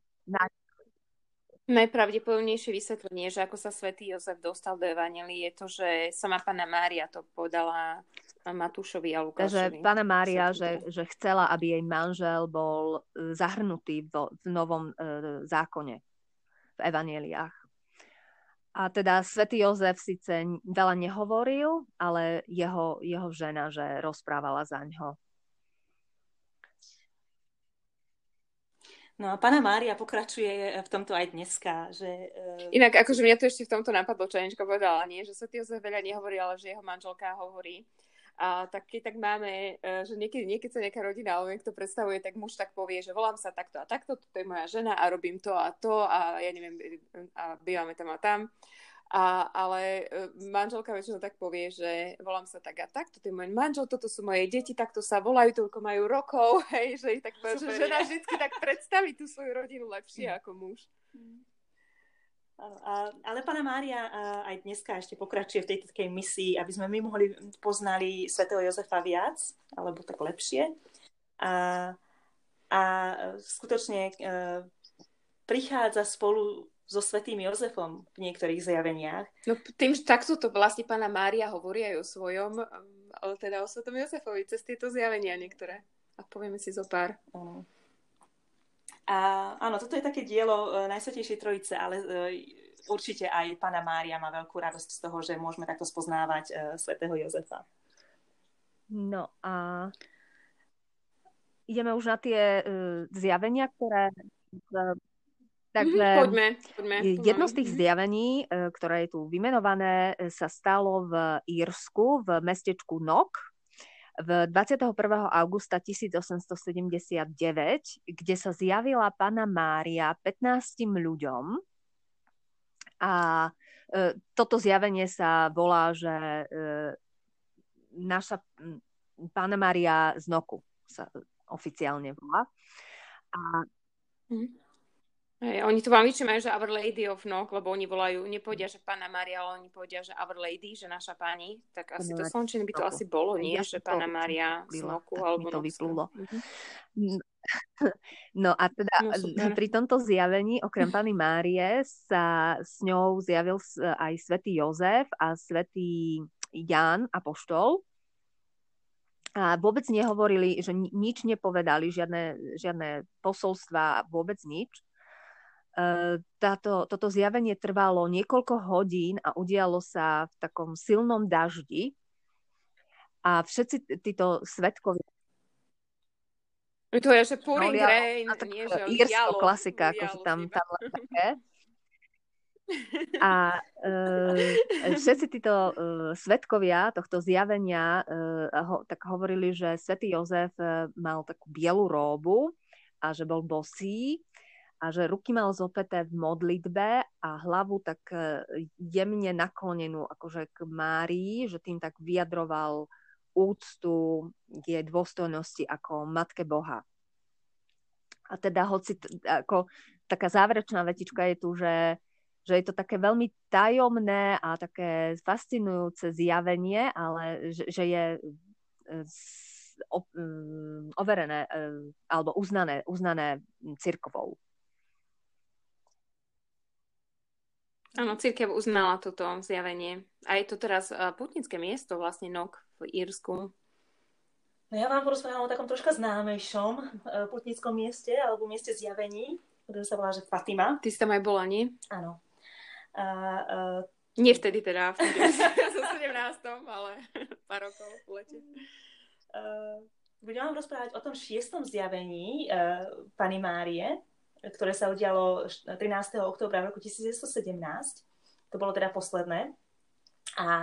Najpravdepodobnejšie vysvetlenie, že ako sa svätý Jozef dostal do evanjelií, je to, že sama Panna Mária to podala Matúšovi a Lukášovi. Takže Panna Mária, že chcela, aby jej manžel bol zahrnutý v novom zákone, v evanjeliách. A teda svätý Jozef síce veľa nehovoril, ale jeho žena, že rozprávala za ňo. No a Panna Mária pokračuje v tomto aj dneska. Inak, akože mňa to ešte v tomto napadlo, čo Anička povedala, nie? Že svätý Jozef veľa nehovorí, ale že jeho manželka hovorí. A tak keď tak máme, že niekedy sa nejaká rodina, alebo niekto predstavuje, tak muž tak povie, že volám sa takto a takto, toto je moja žena a robím to a ja neviem, a bývame tam a tam. Ale manželka väčšinou tak povie, že volám sa tak a tak, toto je môj manžel, toto sú moje deti, takto sa volajú, toľko majú rokov, hej, že ich tak povie, že žena vždycky tak predstaví tú svoju rodinu lepšie ako muž. Ale Panna Mária aj dneska ešte pokračuje v tejto takej misii, aby sme my mohli poznali svätého Jozefa viac, alebo tak lepšie. A skutočne prichádza spolu so svätým Jozefom v niektorých zjaveniach. No tým, že takto to vlastne Panna Mária hovorí aj o svojom, ale teda o svätom Jozefovi, cez tieto zjavenia niektoré. A povieme si zo pár. A áno, toto je také dielo Najsvätejšej Trojice, ale určite aj Panna Mária má veľkú radosť z toho, že môžeme takto spoznávať svätého Jozefa. No a ideme už na tie zjavenia, ktoré... Takže poďme. Jedno z tých zjavení, ktoré je tu vymenované, sa stalo v Írsku, v mestečku Knock v 21. augusta 1879, kde sa zjavila Panna Mária 15 ľuďom. A toto zjavenie sa volá, že naša Panna Mária z Knocku sa oficiálne volá. Oni to vám majú, že Our Lady of Knock, lebo oni volajú, nepovedia, že Panna Mária, ale oni povedia, že Our Lady, že naša pani. Tak asi to slovenčine by to asi bolo, nie? Že Panna Mária z Knocku, alebo mi to vyplulo. No a teda pri tomto zjavení, okrem Panny Márie, sa s ňou zjavil aj svätý Jozef a svätý Ján apoštol. A vôbec nehovorili, že nič nepovedali, žiadne posolstva, vôbec nič. Toto zjavenie trvalo niekoľko hodín a udialo sa v takom silnom daždi. A všetci títo svedkovia... To je, že pouring rain, nie, že írsko klasika, akože tam také. A všetci títo svedkovia tohto zjavenia tak hovorili, že svätý Jozef mal takú bielu róbu a že bol bosý a že ruky mal zopäté v modlitbe a hlavu tak jemne naklonenú akože k Márii, že tým tak vyjadroval úctu k jej dôstojnosti ako Matke Boha. A teda hoci ako taká záverečná vetička je tu, že je to také veľmi tajomné a také fascinujúce zjavenie, ale že je overené alebo uznané cirkvou. Áno, cirkev uznala toto zjavenie. A je to teraz pútnické miesto, vlastne Nok v Írsku. No ja vám porozprávam o takom troška známejšom pútnickom mieste alebo mieste zjavení, ktoré sa volá, že Fatima. Ty si tam aj bola, nie? Áno. Nie vtedy teda, v 17. ale pár rokov v lete. Budem vám rozprávať o tom 6. zjavení Panny Márie, ktoré sa udialo 13. októbra roku 1917. To bolo teda posledné. A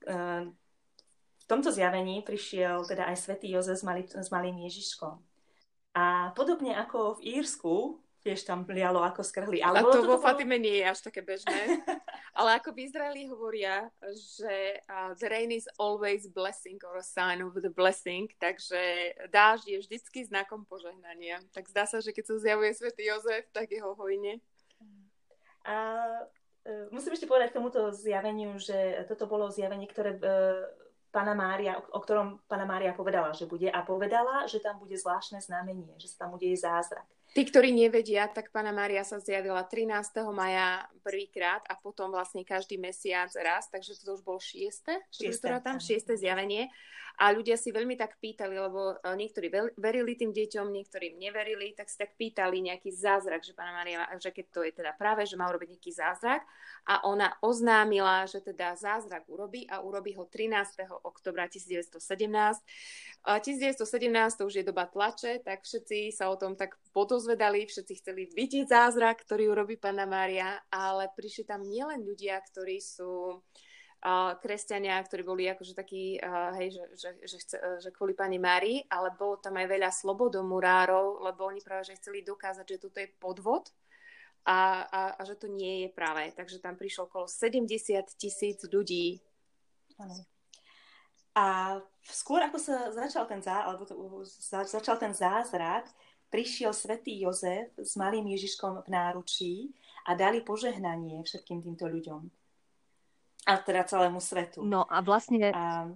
v tomto zjavení prišiel teda aj svätý Jozef s malým Ježiškom. A podobne ako v Írsku, tiež tam lialo ako skrhli. Ale to vo Fatime nie je až také bežné. Ale ako v Izraeli hovoria, že the rain is always blessing or a sign of the blessing, takže dážď je vždycky znakom požehnania. Tak zdá sa, že keď sa zjavuje svätý Jozef, tak je ho hojne. A musím ešte povedať k tomuto zjaveniu, že toto bolo zjavenie, ktoré o ktorom Panna Mária povedala, že bude, a povedala, že tam bude zvláštne znamenie, že sa tam udeje zázrak. Tí, ktorí nevedia, tak Panna Mária sa zjavila 13. maja prvýkrát a potom vlastne každý mesiac raz, takže to už bolo 6. zjavenie. A ľudia si veľmi tak pýtali, lebo niektorí verili tým deťom, niektorí neverili, tak si tak pýtali nejaký zázrak, že Panna Mária, že keď to je teda práve, že má urobiť nejaký zázrak, a ona oznámila, že teda zázrak urobí a urobí ho 13. októbra 1917. 1917 to už je doba tlače, tak všetci sa o tom tak podozvedali, všetci chceli vidieť zázrak, ktorý urobí Panna Mária, ale prišli tam nielen ľudia, ktorí sú kresťania, ktorí boli akože takí, že kvôli Panne Márii, ale bolo tam aj veľa slobodomurárov, lebo oni práve že chceli dokázať, že toto je podvod a že to nie je práve. Takže tam prišlo okolo 70,000 ľudí. Áno. A skôr ako sa začal ten zázrak, prišiel svätý Jozef s malým Ježiškom v náručí a dali požehnanie všetkým týmto ľuďom. A teda celému svetu. No a vlastne...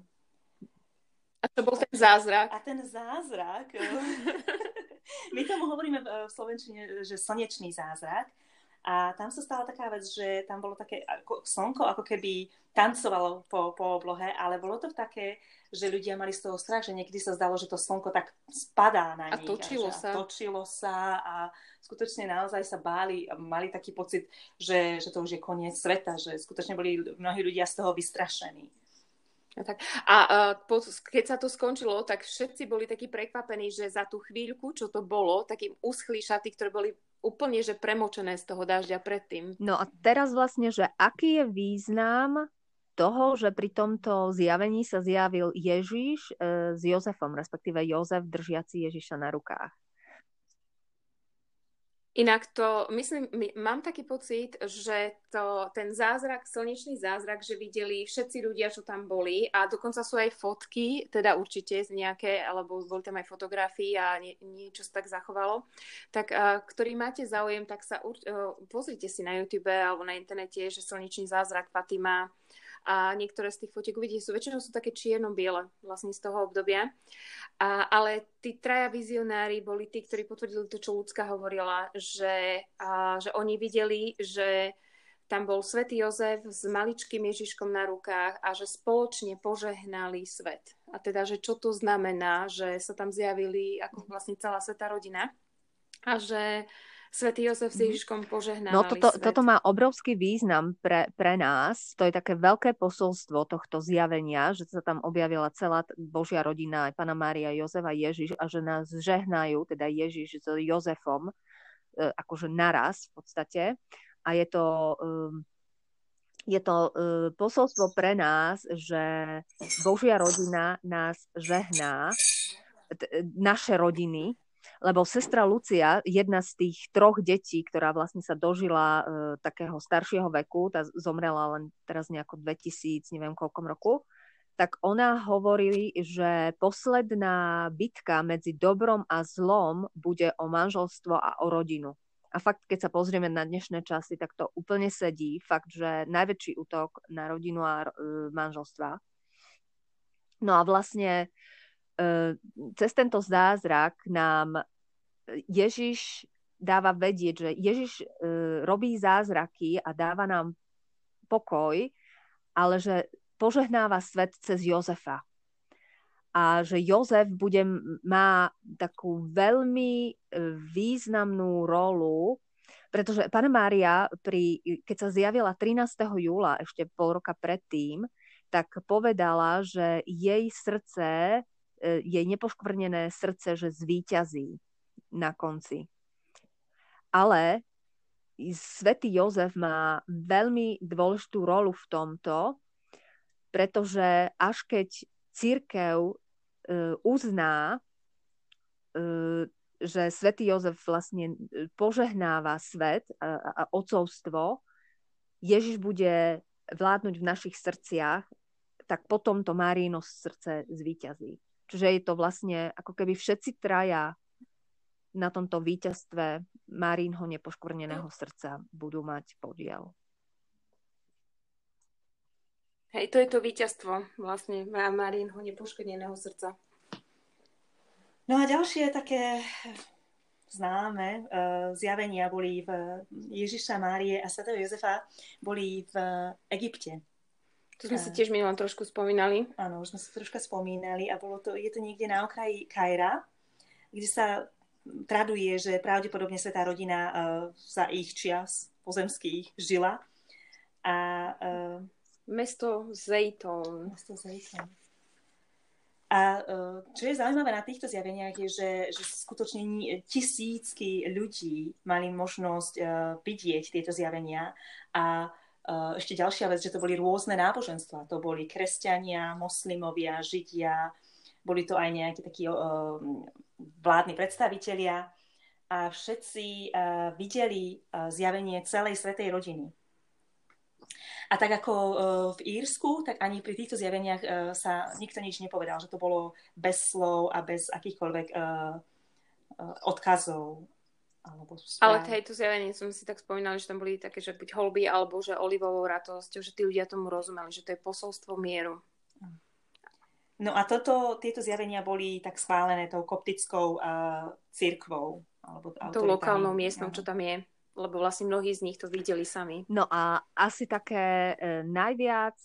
A to bol ten zázrak. A ten zázrak... My tomu hovoríme v slovenčine, že slnečný zázrak. A tam sa stala taká vec, že tam bolo také slnko, ako keby tancovalo po oblohe, ale bolo to také, že ľudia mali z toho strach, že niekedy sa zdalo, že to slnko tak spadá na nich. A točilo sa a skutočne naozaj sa báli a mali taký pocit, že to už je koniec sveta, že skutočne boli mnohí ľudia z toho vystrašení. A keď sa to skončilo, tak všetci boli takí prekvapení, že za tú chvíľku, čo to bolo, takým uschli šaty, ktoré boli úplne že premočené z toho dažďa predtým. No a teraz vlastne, že aký je význam toho, že pri tomto zjavení sa zjavil Ježiš s Jozefom, respektíve Jozef držiaci Ježiša na rukách. Inak to, myslím, mám taký pocit, že ten zázrak, slnečný zázrak, že videli všetci ľudia, čo tam boli, a dokonca sú aj fotky, teda určite z nejaké, alebo boli tam aj fotografie a niečo sa tak zachovalo, tak ktorý máte záujem, tak sa pozrite si na YouTube alebo na internete, že slnečný zázrak Fatima, a niektoré z tých fotiek uvidíte, väčšinou sú také čierno-biele vlastne z toho obdobia. Ale tí traja vizionári boli tí, ktorí potvrdili to, čo Ľudská hovorila, že oni videli, že tam bol svätý Jozef s maličkým Ježiškom na rukách a že spoločne požehnali svet. A teda, že čo to znamená, že sa tam zjavili ako vlastne celá svätá rodina a že svätý Jozef s Ježiškom požehnávali svet. svet. Toto má obrovský význam pre nás. To je také veľké posolstvo tohto zjavenia, že sa tam objavila celá Božia rodina, aj Panna Mária, Jozef a Ježiš, a že nás žehnajú, teda Ježiš s Jozefom, akože naraz v podstate. A je to posolstvo pre nás, že Božia rodina nás žehná, naše rodiny, lebo sestra Lucia, jedna z tých 3 detí, ktorá vlastne sa dožila takého staršieho veku, tá zomrela len teraz nejako 2000, neviem koľkom roku, tak ona hovorí, že posledná bitka medzi dobrom a zlom bude o manželstvo a o rodinu. A fakt, keď sa pozrieme na dnešné časy, tak to úplne sedí. Fakt, že najväčší útok na rodinu a manželstva. No a vlastne cez tento zázrak nám Ježiš dáva vedieť, že Ježiš robí zázraky a dáva nám pokoj, ale že požehnáva svet cez Jozefa. A že Jozef má takú veľmi významnú rolu, pretože Panna Mária, keď sa zjavila 13. júla, ešte pol roka predtým, tak povedala, že jej srdce, jej nepoškvrnené srdce, že zvíťazí na konci. Ale svätý Jozef má veľmi dôležitú rolu v tomto, pretože až keď cirkev uzná, že svätý Jozef vlastne požehnáva svet a otcovstvo, Ježiš bude vládnuť v našich srdciach, tak potom to Márino srdce zvíťazí. Čiže je to vlastne ako keby všetci traja na tomto víťazstve Márínho nepoškvrneného srdca budú mať podiel. Hej, to je to víťazstvo vlastne Márínho nepoškvrneného srdca. No a ďalšie také známe zjavenia boli v Ježiša, Márie a svätého Jozefa boli v Egypte. To sme si tiež minulom trošku spomínali. Áno, už sme si troška spomínali a je to niekde na okraji Kaira, kde sa traduje, že pravdepodobne svätá rodina za ich čias pozemských žila. A Mesto Zejtón. A čo je zaujímavé na týchto zjaveniach je, že skutočne tisícky ľudí mali možnosť vidieť tieto zjavenia. A ešte ďalšia vec, že to boli rôzne náboženstva. To boli kresťania, moslimovia, židia, boli to aj nejakí takí vládni predstavitelia. A všetci videli zjavenie celej svätej rodiny. A tak ako v Írsku, tak ani pri týchto zjaveniach sa nikto nič nepovedal, že to bolo bez slov a bez akýchkoľvek odkazov. Ale to zjavenie som si tak spomínala, že tam boli také, že buď holby, alebo že olivovou ratosťou, že tí ľudia tomu rozumeli, že to je posolstvo mieru. No a tieto zjavenia boli tak schválené tou koptickou cirkvou. Tou lokálnou miestnou, čo tam je. Lebo vlastne mnohí z nich to videli sami. No a asi také najviac...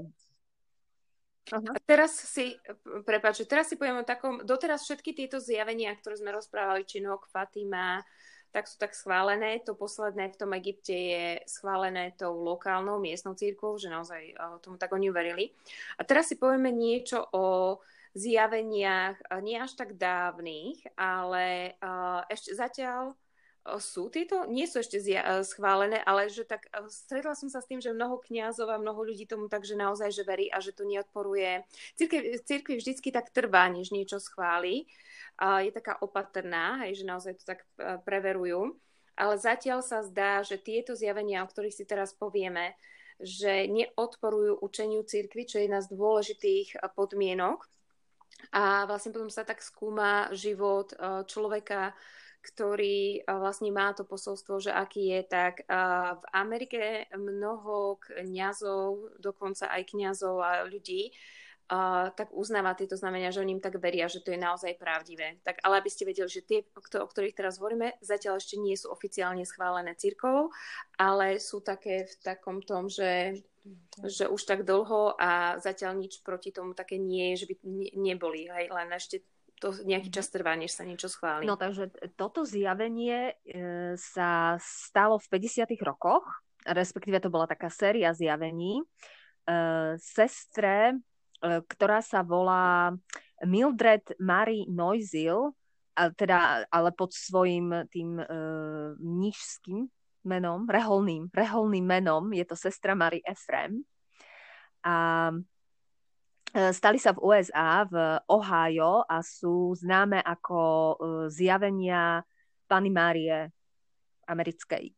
A teraz si poviem o takom, doteraz všetky tieto zjavenia, ktoré sme rozprávali, Činok, Fatima, tak sú tak schválené. To posledné v tom Egypte je schválené tou lokálnou miestnou cirkvou, že naozaj tomu tak oni uverili. A teraz si povieme niečo o zjaveniach nie až tak dávnych, ale ešte zatiaľ nie sú ešte schválené, ale že tak stretla som sa s tým, že mnoho kňazov a mnoho ľudí tomu tak, že naozaj, že verí a že to neodporuje. Cirkev vždycky tak trvá, než niečo schváli. Je taká opatrná, hej, že naozaj to tak preverujú. Ale zatiaľ sa zdá, že tieto zjavenia, o ktorých si teraz povieme, že neodporujú učeniu cirkvi, čo je jedna z dôležitých podmienok. A vlastne potom sa tak skúma život človeka, ktorý vlastne má to posolstvo, že aký je, tak v Amerike mnoho kňazov, dokonca aj kňazov a ľudí, tak uznáva tieto znamenia, že oni im tak veria, že to je naozaj pravdivé. Tak, ale aby ste vedeli, že tie, o ktorých teraz hovoríme, zatiaľ ešte nie sú oficiálne schválené cirkvou, ale sú také v takom tom, že už tak dlho a zatiaľ nič proti tomu také nie je, že by neboli, hej, len ešte to nejaký čas trvá, než sa niečo schváli. No takže toto zjavenie sa stalo v 50. rokoch, respektíve to bola taká séria zjavení. Sestre, ktorá sa volá Mildred Mary Noizil, ale pod svojím tým mníšským menom, reholným menom, je to sestra Mary Ephraim. A stali sa v USA, v Ohio a sú známe ako zjavenia Panny Márie americkej.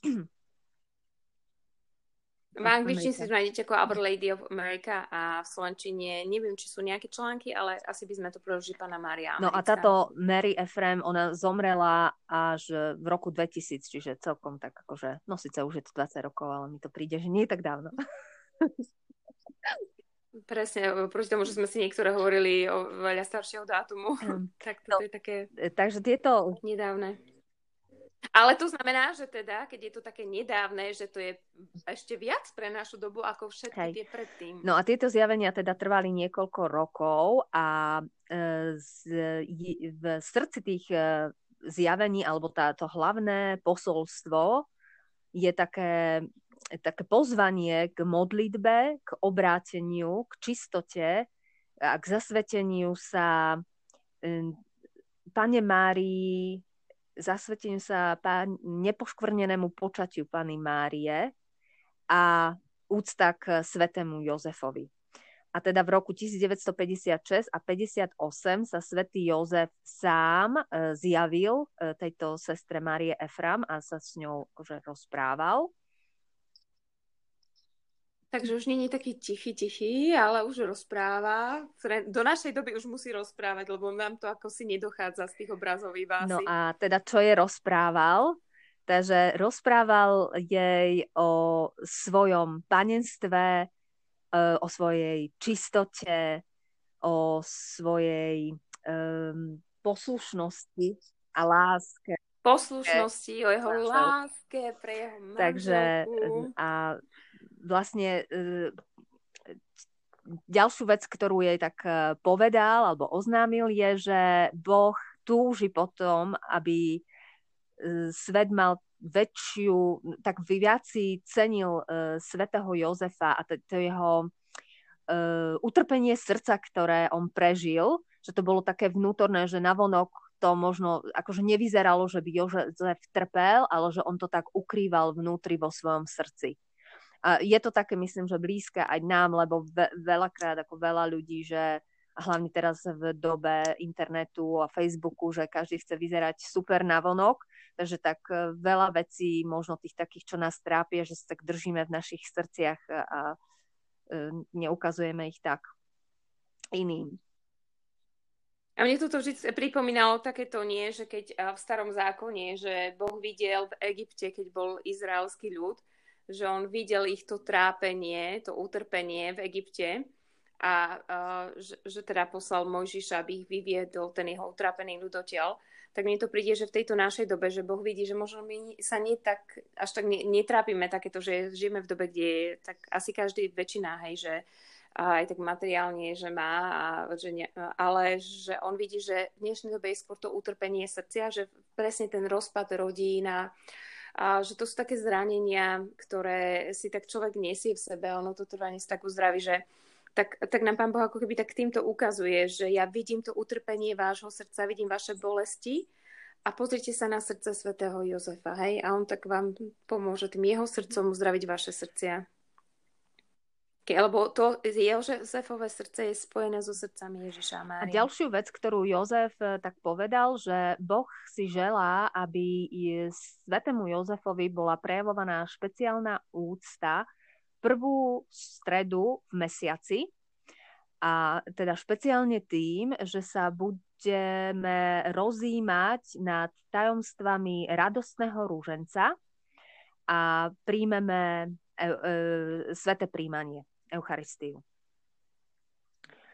V angličtine si nájdete ako Our Lady of America a v slovenčine neviem, či sú nejaké články, ale asi by sme to preložili Panna Mária americká. No a táto Mary Ephraim, ona zomrela až v roku 2000, čiže celkom tak akože, no síce už je to 20 rokov, ale mi to príde, že nie je tak dávno. Presne, proti tomu, že sme si niektoré hovorili o veľa staršieho dátumu, tak to je také takže tieto nedávne. Ale to znamená, že teda, keď je to také nedávne, že to je ešte viac pre našu dobu ako všetky tie predtým. No a tieto zjavenia teda trvali niekoľko rokov a v srdci tých zjavení, alebo to hlavné posolstvo je také pozvanie k modlitbe, k obráteniu, k čistote a k zasveteniu sa Panne Márii, zasveteniu sa nepoškvrnenému počatiu Panny Márie a úcta k svätému Jozefovi. A teda v roku 1956 a 58 sa svätý Jozef sám zjavil tejto sestre Márie Ephraim a sa s ňou akože rozprával. Takže už nie je taký tichý, ale už rozpráva. Do našej doby už musí rozprávať, lebo nám to ako si nedochádza z tých obrazových básí. No a teda čo je rozprával? Takže rozprával jej o svojom panenstve, o svojej čistote, o svojej poslušnosti a láske. Poslušnosti, o jeho láske pre jeho manželku. Takže a vlastne ďalšiu vec, ktorú jej tak povedal alebo oznámil, je, že Boh túži potom, aby svet mal väčšiu, tak viac si cenil svätého Jozefa a to jeho utrpenie srdca, ktoré on prežil, že to bolo také vnútorné, že navonok to možno akože nevyzeralo, že by Jozef trpel, ale že on to tak ukrýval vnútri vo svojom srdci. A je to také, myslím, že blízke aj nám, lebo veľakrát ako veľa ľudí, že a hlavne teraz v dobe internetu a Facebooku, že každý chce vyzerať super navonok, takže tak veľa vecí, možno tých takých, čo nás trápia, že sa tak držíme v našich srdciach a neukazujeme ich tak iným. A mne toto vždy pripomínalo takéto že keď v starom zákone, že Boh videl v Egypte, keď bol izraelský ľud, že on videl ich to trápenie, to utrpenie v Egypte a že teda poslal Mojžiša, aby ich vyviedol, ten jeho utrápený ľud odtiaľ. Tak mne to príde, že v tejto našej dobe, že Boh vidí, že možno my sa až tak netrápime takéto, že žijeme v dobe, kde je tak asi každý väčšina, hej, že aj tak materiálne, že má, ale že on vidí, že v dnešnej dobe je skôr to utrpenie srdcia, že presne ten rozpad rodín a že to sú také zranenia, ktoré si tak človek nesie v sebe, ono to trvá tak uzdraví, že tak nám Pán Boh ako keby tak týmto ukazuje, že ja vidím to utrpenie vášho srdca, vidím vaše bolesti a pozrite sa na srdce svätého Jozefa, hej, a on tak vám pomôže tým jeho srdcom uzdraviť vaše srdcia. Lebo to Jozefové srdce je spojené so srdcami Ježiša a Márie. A ďalšiu vec, ktorú Jozef tak povedal, že Boh si želá, aby svätému Jozefovi bola prejavovaná špeciálna úcta prvú stredu v mesiaci a teda špeciálne tým, že sa budeme rozjímať nad tajomstvami radostného rúženca a príjmeme sväté príjmanie. Eucharistiu.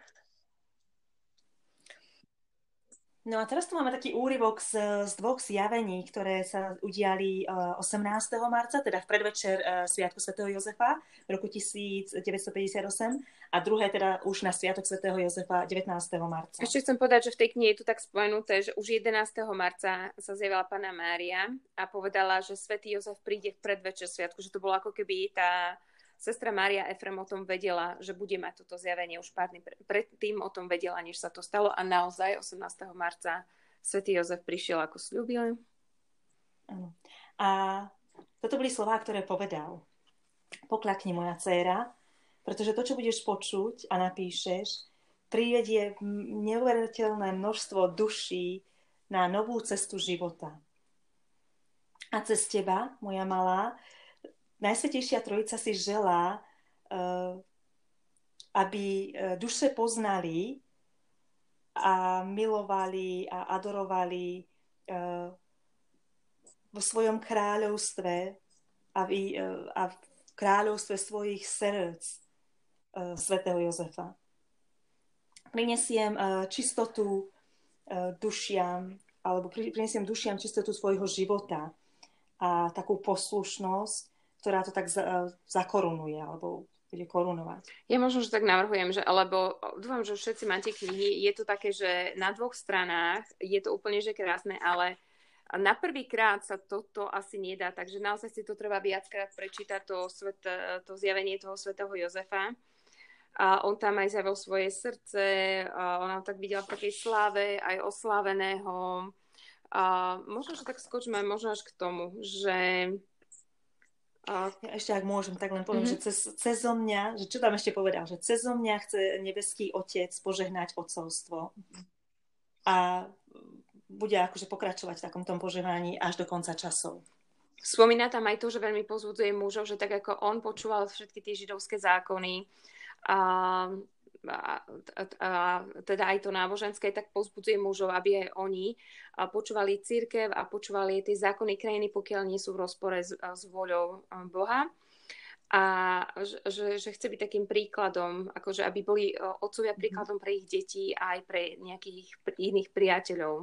No a teraz tu máme taký úryvok z dvoch zjavení, ktoré sa udiali 18. marca, teda v predvečer Sviatku svätého Jozefa v roku 1958 a druhé teda už na Sviatok svätého Jozefa 19. marca. Ešte chcem povedať, že v tej knihe je tu tak spomenuté, že už 11. marca sa zjavila Panna Mária a povedala, že svätý Jozef príde v predvečer Sviatku, že to bolo ako keby tá sestra Mária Efrem o tom vedela, že bude mať toto zjavenie už pár dní predtým o tom vedela, než sa to stalo a naozaj 18. marca svätý Jozef prišiel ako sľúbil. Áno. A toto boli slová, ktoré povedal. Poklakni, moja dcéra, pretože to, čo budeš počuť a napíšeš, privedie neuveriteľné množstvo duší na novú cestu života. A cez teba, moja malá, Najsvätejšia Trojica si želá, aby duše poznali a milovali a adorovali vo svojom kráľovstve a v kráľovstve svojich srdc svätého Jozefa. Prinesiem čistotu dušiam, alebo prinesiem dušiam čistotu svojho života a takú poslušnosť, ktorá to tak zakorunuje, alebo bude korunovať. Ja možno, že tak navrhujem, že, alebo dúfam, že všetci máte knihy, je to také, že na 2 stranách je to úplne že krásne, ale na prvýkrát sa toto asi nedá, takže naozaj si to treba viackrát prečítať, to zjavenie toho svätého Jozefa. A on tam aj zjavil svoje srdce, ona tak videla v takej sláve, aj osláveného. A možno, že tak skočíme možno až k tomu, že ja ešte ak môžem, tak len poviem, že cezo mňa, že čo tam ešte povedal, že cezo mňa chce nebeský Otec požehnať otcovstvo a bude akože pokračovať v takom tom požehnaní až do konca časov. Spomína tam aj to, že veľmi pozbudzuje mužov, že tak ako on počúval všetky tie židovské zákony a teda aj to náboženské, tak pozbudzuje mužov, aby aj oni počúvali cirkev a počúvali tie zákony krajiny, pokiaľ nie sú v rozpore s voľou Boha. A že chce byť takým príkladom, akože aby boli otcovia príkladom pre ich detí a aj pre nejakých iných priateľov.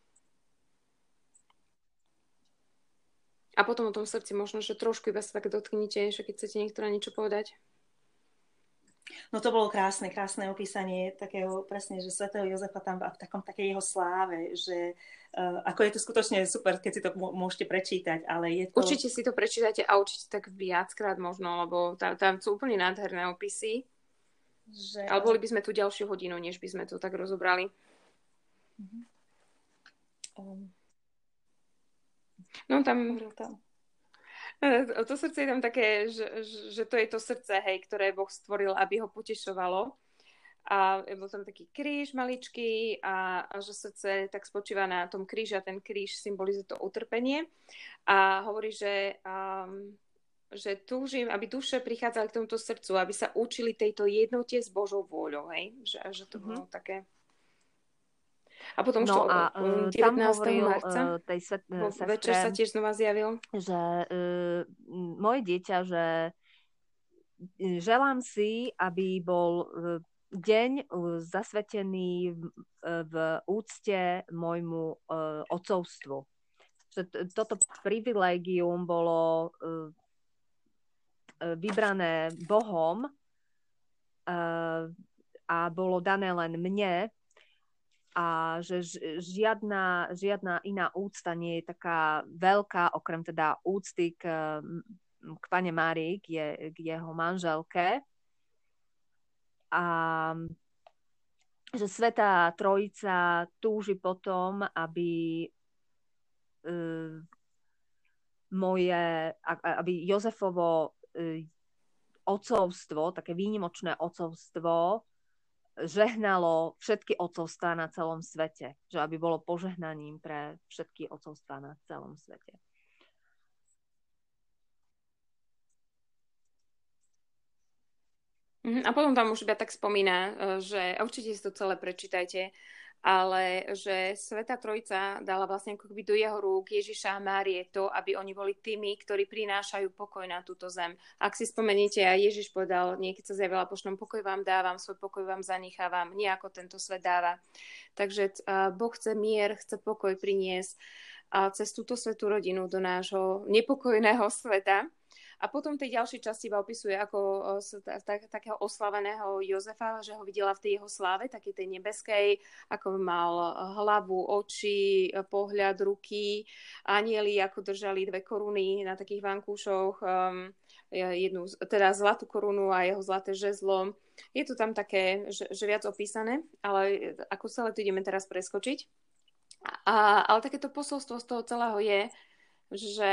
A potom o tom srdci možno, že trošku iba sa tak dotknite, že keď chcete niektoré niečo povedať. No to bolo krásne opísanie takého presne, že svätého Jozefa tam v takej jeho sláve, že ako je to skutočne super, keď si to môžete prečítať, ale je to... Určite si to prečítate a určite tak viackrát možno, lebo tam sú úplne nádherné opisy. Ale boli by sme tu ďalšiu hodinu, než by sme to tak rozobrali. No tam... To srdce je tam také, že to je to srdce, hej, ktoré Boh stvoril, aby ho potešovalo. A bol tam taký kríž maličký a že srdce tak spočíva na tom kríži a ten kríž symbolizuje to utrpenie. A hovorí, že túžim, aby duše prichádzali k tomuto srdcu, aby sa učili tejto jednote s Božou vôľou, hej. Že to bolo také... A potom no a 19. marca večer sa tiež znova zjavil. Že moje dieťa, že želám si, aby bol deň zasvetený v úcte môjmu otcovstvu. Že toto privilégium bolo vybrané Bohom a bolo dané len mne, a že žiadna iná úcta nie je taká veľká, okrem teda úcty k Panne Márii, k jeho manželke. A že Svätá Trojica túži potom, aby aby Jozefovo otcovstvo, také výnimočné otcovstvo, žehnalo všetky otcovstvá na celom svete. Že aby bolo požehnaním pre všetky otcovstvá na celom svete. A potom tam už iba tak spomína, že určite si to celé prečítajte, ale že Svätá Trojica dala vlastne ako keby do jeho rúk Ježiša a Márie to, aby oni boli tými, ktorí prinášajú pokoj na túto zem. Ak si spomeníte, aj Ježiš povedal, niekedy sa zjavil apoštolom, pokoj vám dávam, svoj pokoj vám zanechávam, nie ako tento svet dáva. Takže Boh chce mier, chce pokoj priniesť cez túto svätú rodinu do nášho nepokojného sveta. A potom v tej ďalšej časti iba opisuje ako takého oslaveného Jozefa, že ho videla v tej jeho sláve, takej tej nebeskej, ako mal hlavu, oči, pohľad, ruky, anjeli, ako držali 2 koruny na takých vankúšoch, jednu, teda zlatú korunu a jeho zlaté žezlo. Je to tam také, že viac opísané, ale ako celé to ideme teraz preskočiť. Ale takéto posolstvo z toho celého je, že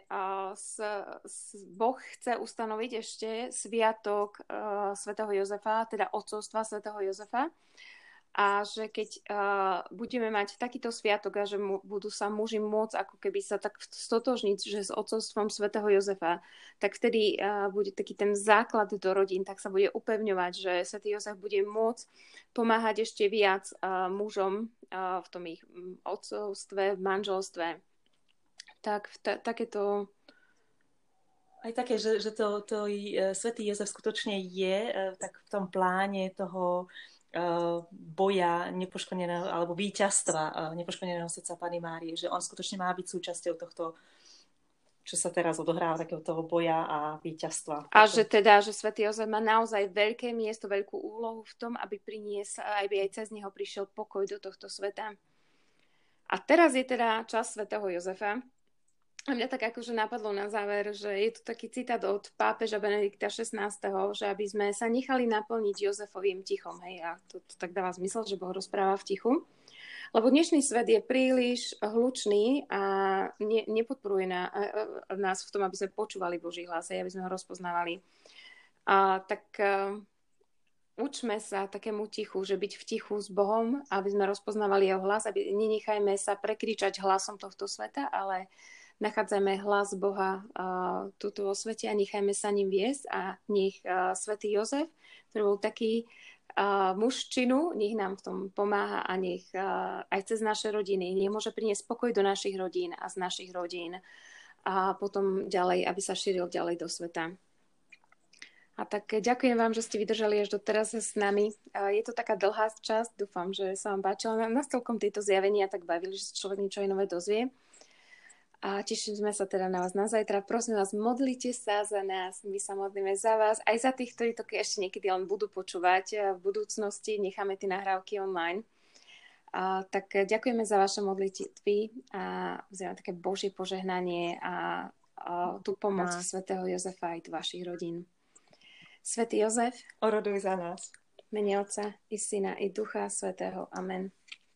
Boh chce ustanoviť ešte sviatok svätého Jozefa, teda otcovstva svätého Jozefa, a že keď budeme mať takýto sviatok a že budú sa muži môcť ako keby sa tak stotožniť, že s otcovstvom svätého Jozefa, tak vtedy bude taký ten základ do rodín, tak sa bude upevňovať, že svätý Jozef bude môcť pomáhať ešte viac mužom v tom ich otcovstve, v manželstve. Tak takéto... Aj také, že to svätý Jozef skutočne je tak v tom pláne toho boja nepoškodeného, alebo víťazstva nepoškodeného srdca Panny Márie, že on skutočne má byť súčasťou tohto, čo sa teraz odohráva, takého toho boja a víťazstva. A že teda, že svätý Jozef má naozaj veľké miesto, veľkú úlohu v tom, aby priniesol, aby aj cez neho prišiel pokoj do tohto sveta. A teraz je teda čas svätého Jozefa. A mňa tak akože napadlo na záver, že je tu taký citát od pápeža Benedikta XVI, že aby sme sa nechali naplniť Jozefovým tichom. Hej, a to tak dáva zmysel, že Boh rozpráva v tichu. Lebo dnešný svet je príliš hlučný a nepodporuje nás v tom, aby sme počúvali Boží hlas, aby sme ho rozpoznávali. Učme sa takému tichu, že byť v tichu s Bohom, aby sme rozpoznávali jeho hlas, aby nenechajme sa prekričať hlasom tohto sveta, ale nachádzajme hlas Boha tuto vo svete a nechajme sa ním viesť a nech svätý Jozef, ktorý bol taký muž činu, nech nám v tom pomáha a nech aj cez naše rodiny, nech môže priniesť pokoj do našich rodín a z našich rodín a potom ďalej, aby sa šíril ďalej do sveta. A tak ďakujem vám, že ste vydržali až do teraz s nami. Je to taká dlhá časť, dúfam, že sa vám páčila. Nás celkom tieto zjavenia tak bavili, že človek niečo aj nové dozvie. A tešíme sa teda na vás na zajtra. Prosím vás, modlite sa za nás, my sa modlíme za vás, aj za tých, ktorí to ešte niekedy len budú počúvať v budúcnosti, necháme tie nahrávky online. Tak ďakujeme za vaše modlitby a vziame také Božie požehnanie a tú pomoc svätého Jozefa aj vašich rodín. Svätý Jozef, oroduj za nás. V mene Otca i Syna i Ducha Svätého. Amen.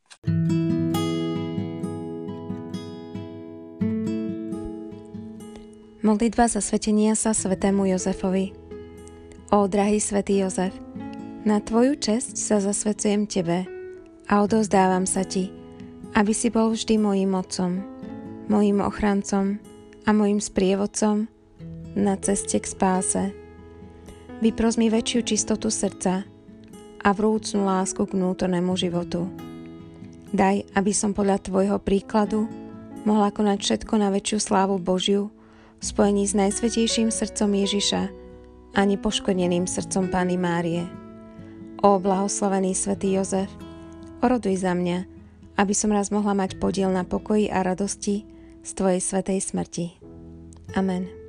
Modlitba zasvetenia sa svätému Jozefovi. Ó, drahý svätý Jozef, na tvoju česť sa zasvecujem tebe a odovzdávam sa ti, aby si bol vždy mojím otcom, mojím ochrancom a mojím sprievodcom na ceste k spáse. Vypros mi väčšiu čistotu srdca a vrúcnú lásku k vnútornému životu. Daj, aby som podľa tvojho príkladu mohla konať všetko na väčšiu slávu Božiu v spojení s najsvätejším srdcom Ježiša a nepoškodeným srdcom Panny Márie. Ó, blahoslavený svätý Jozef, oroduj za mňa, aby som raz mohla mať podiel na pokoji a radosti z tvojej svätej smrti. Amen.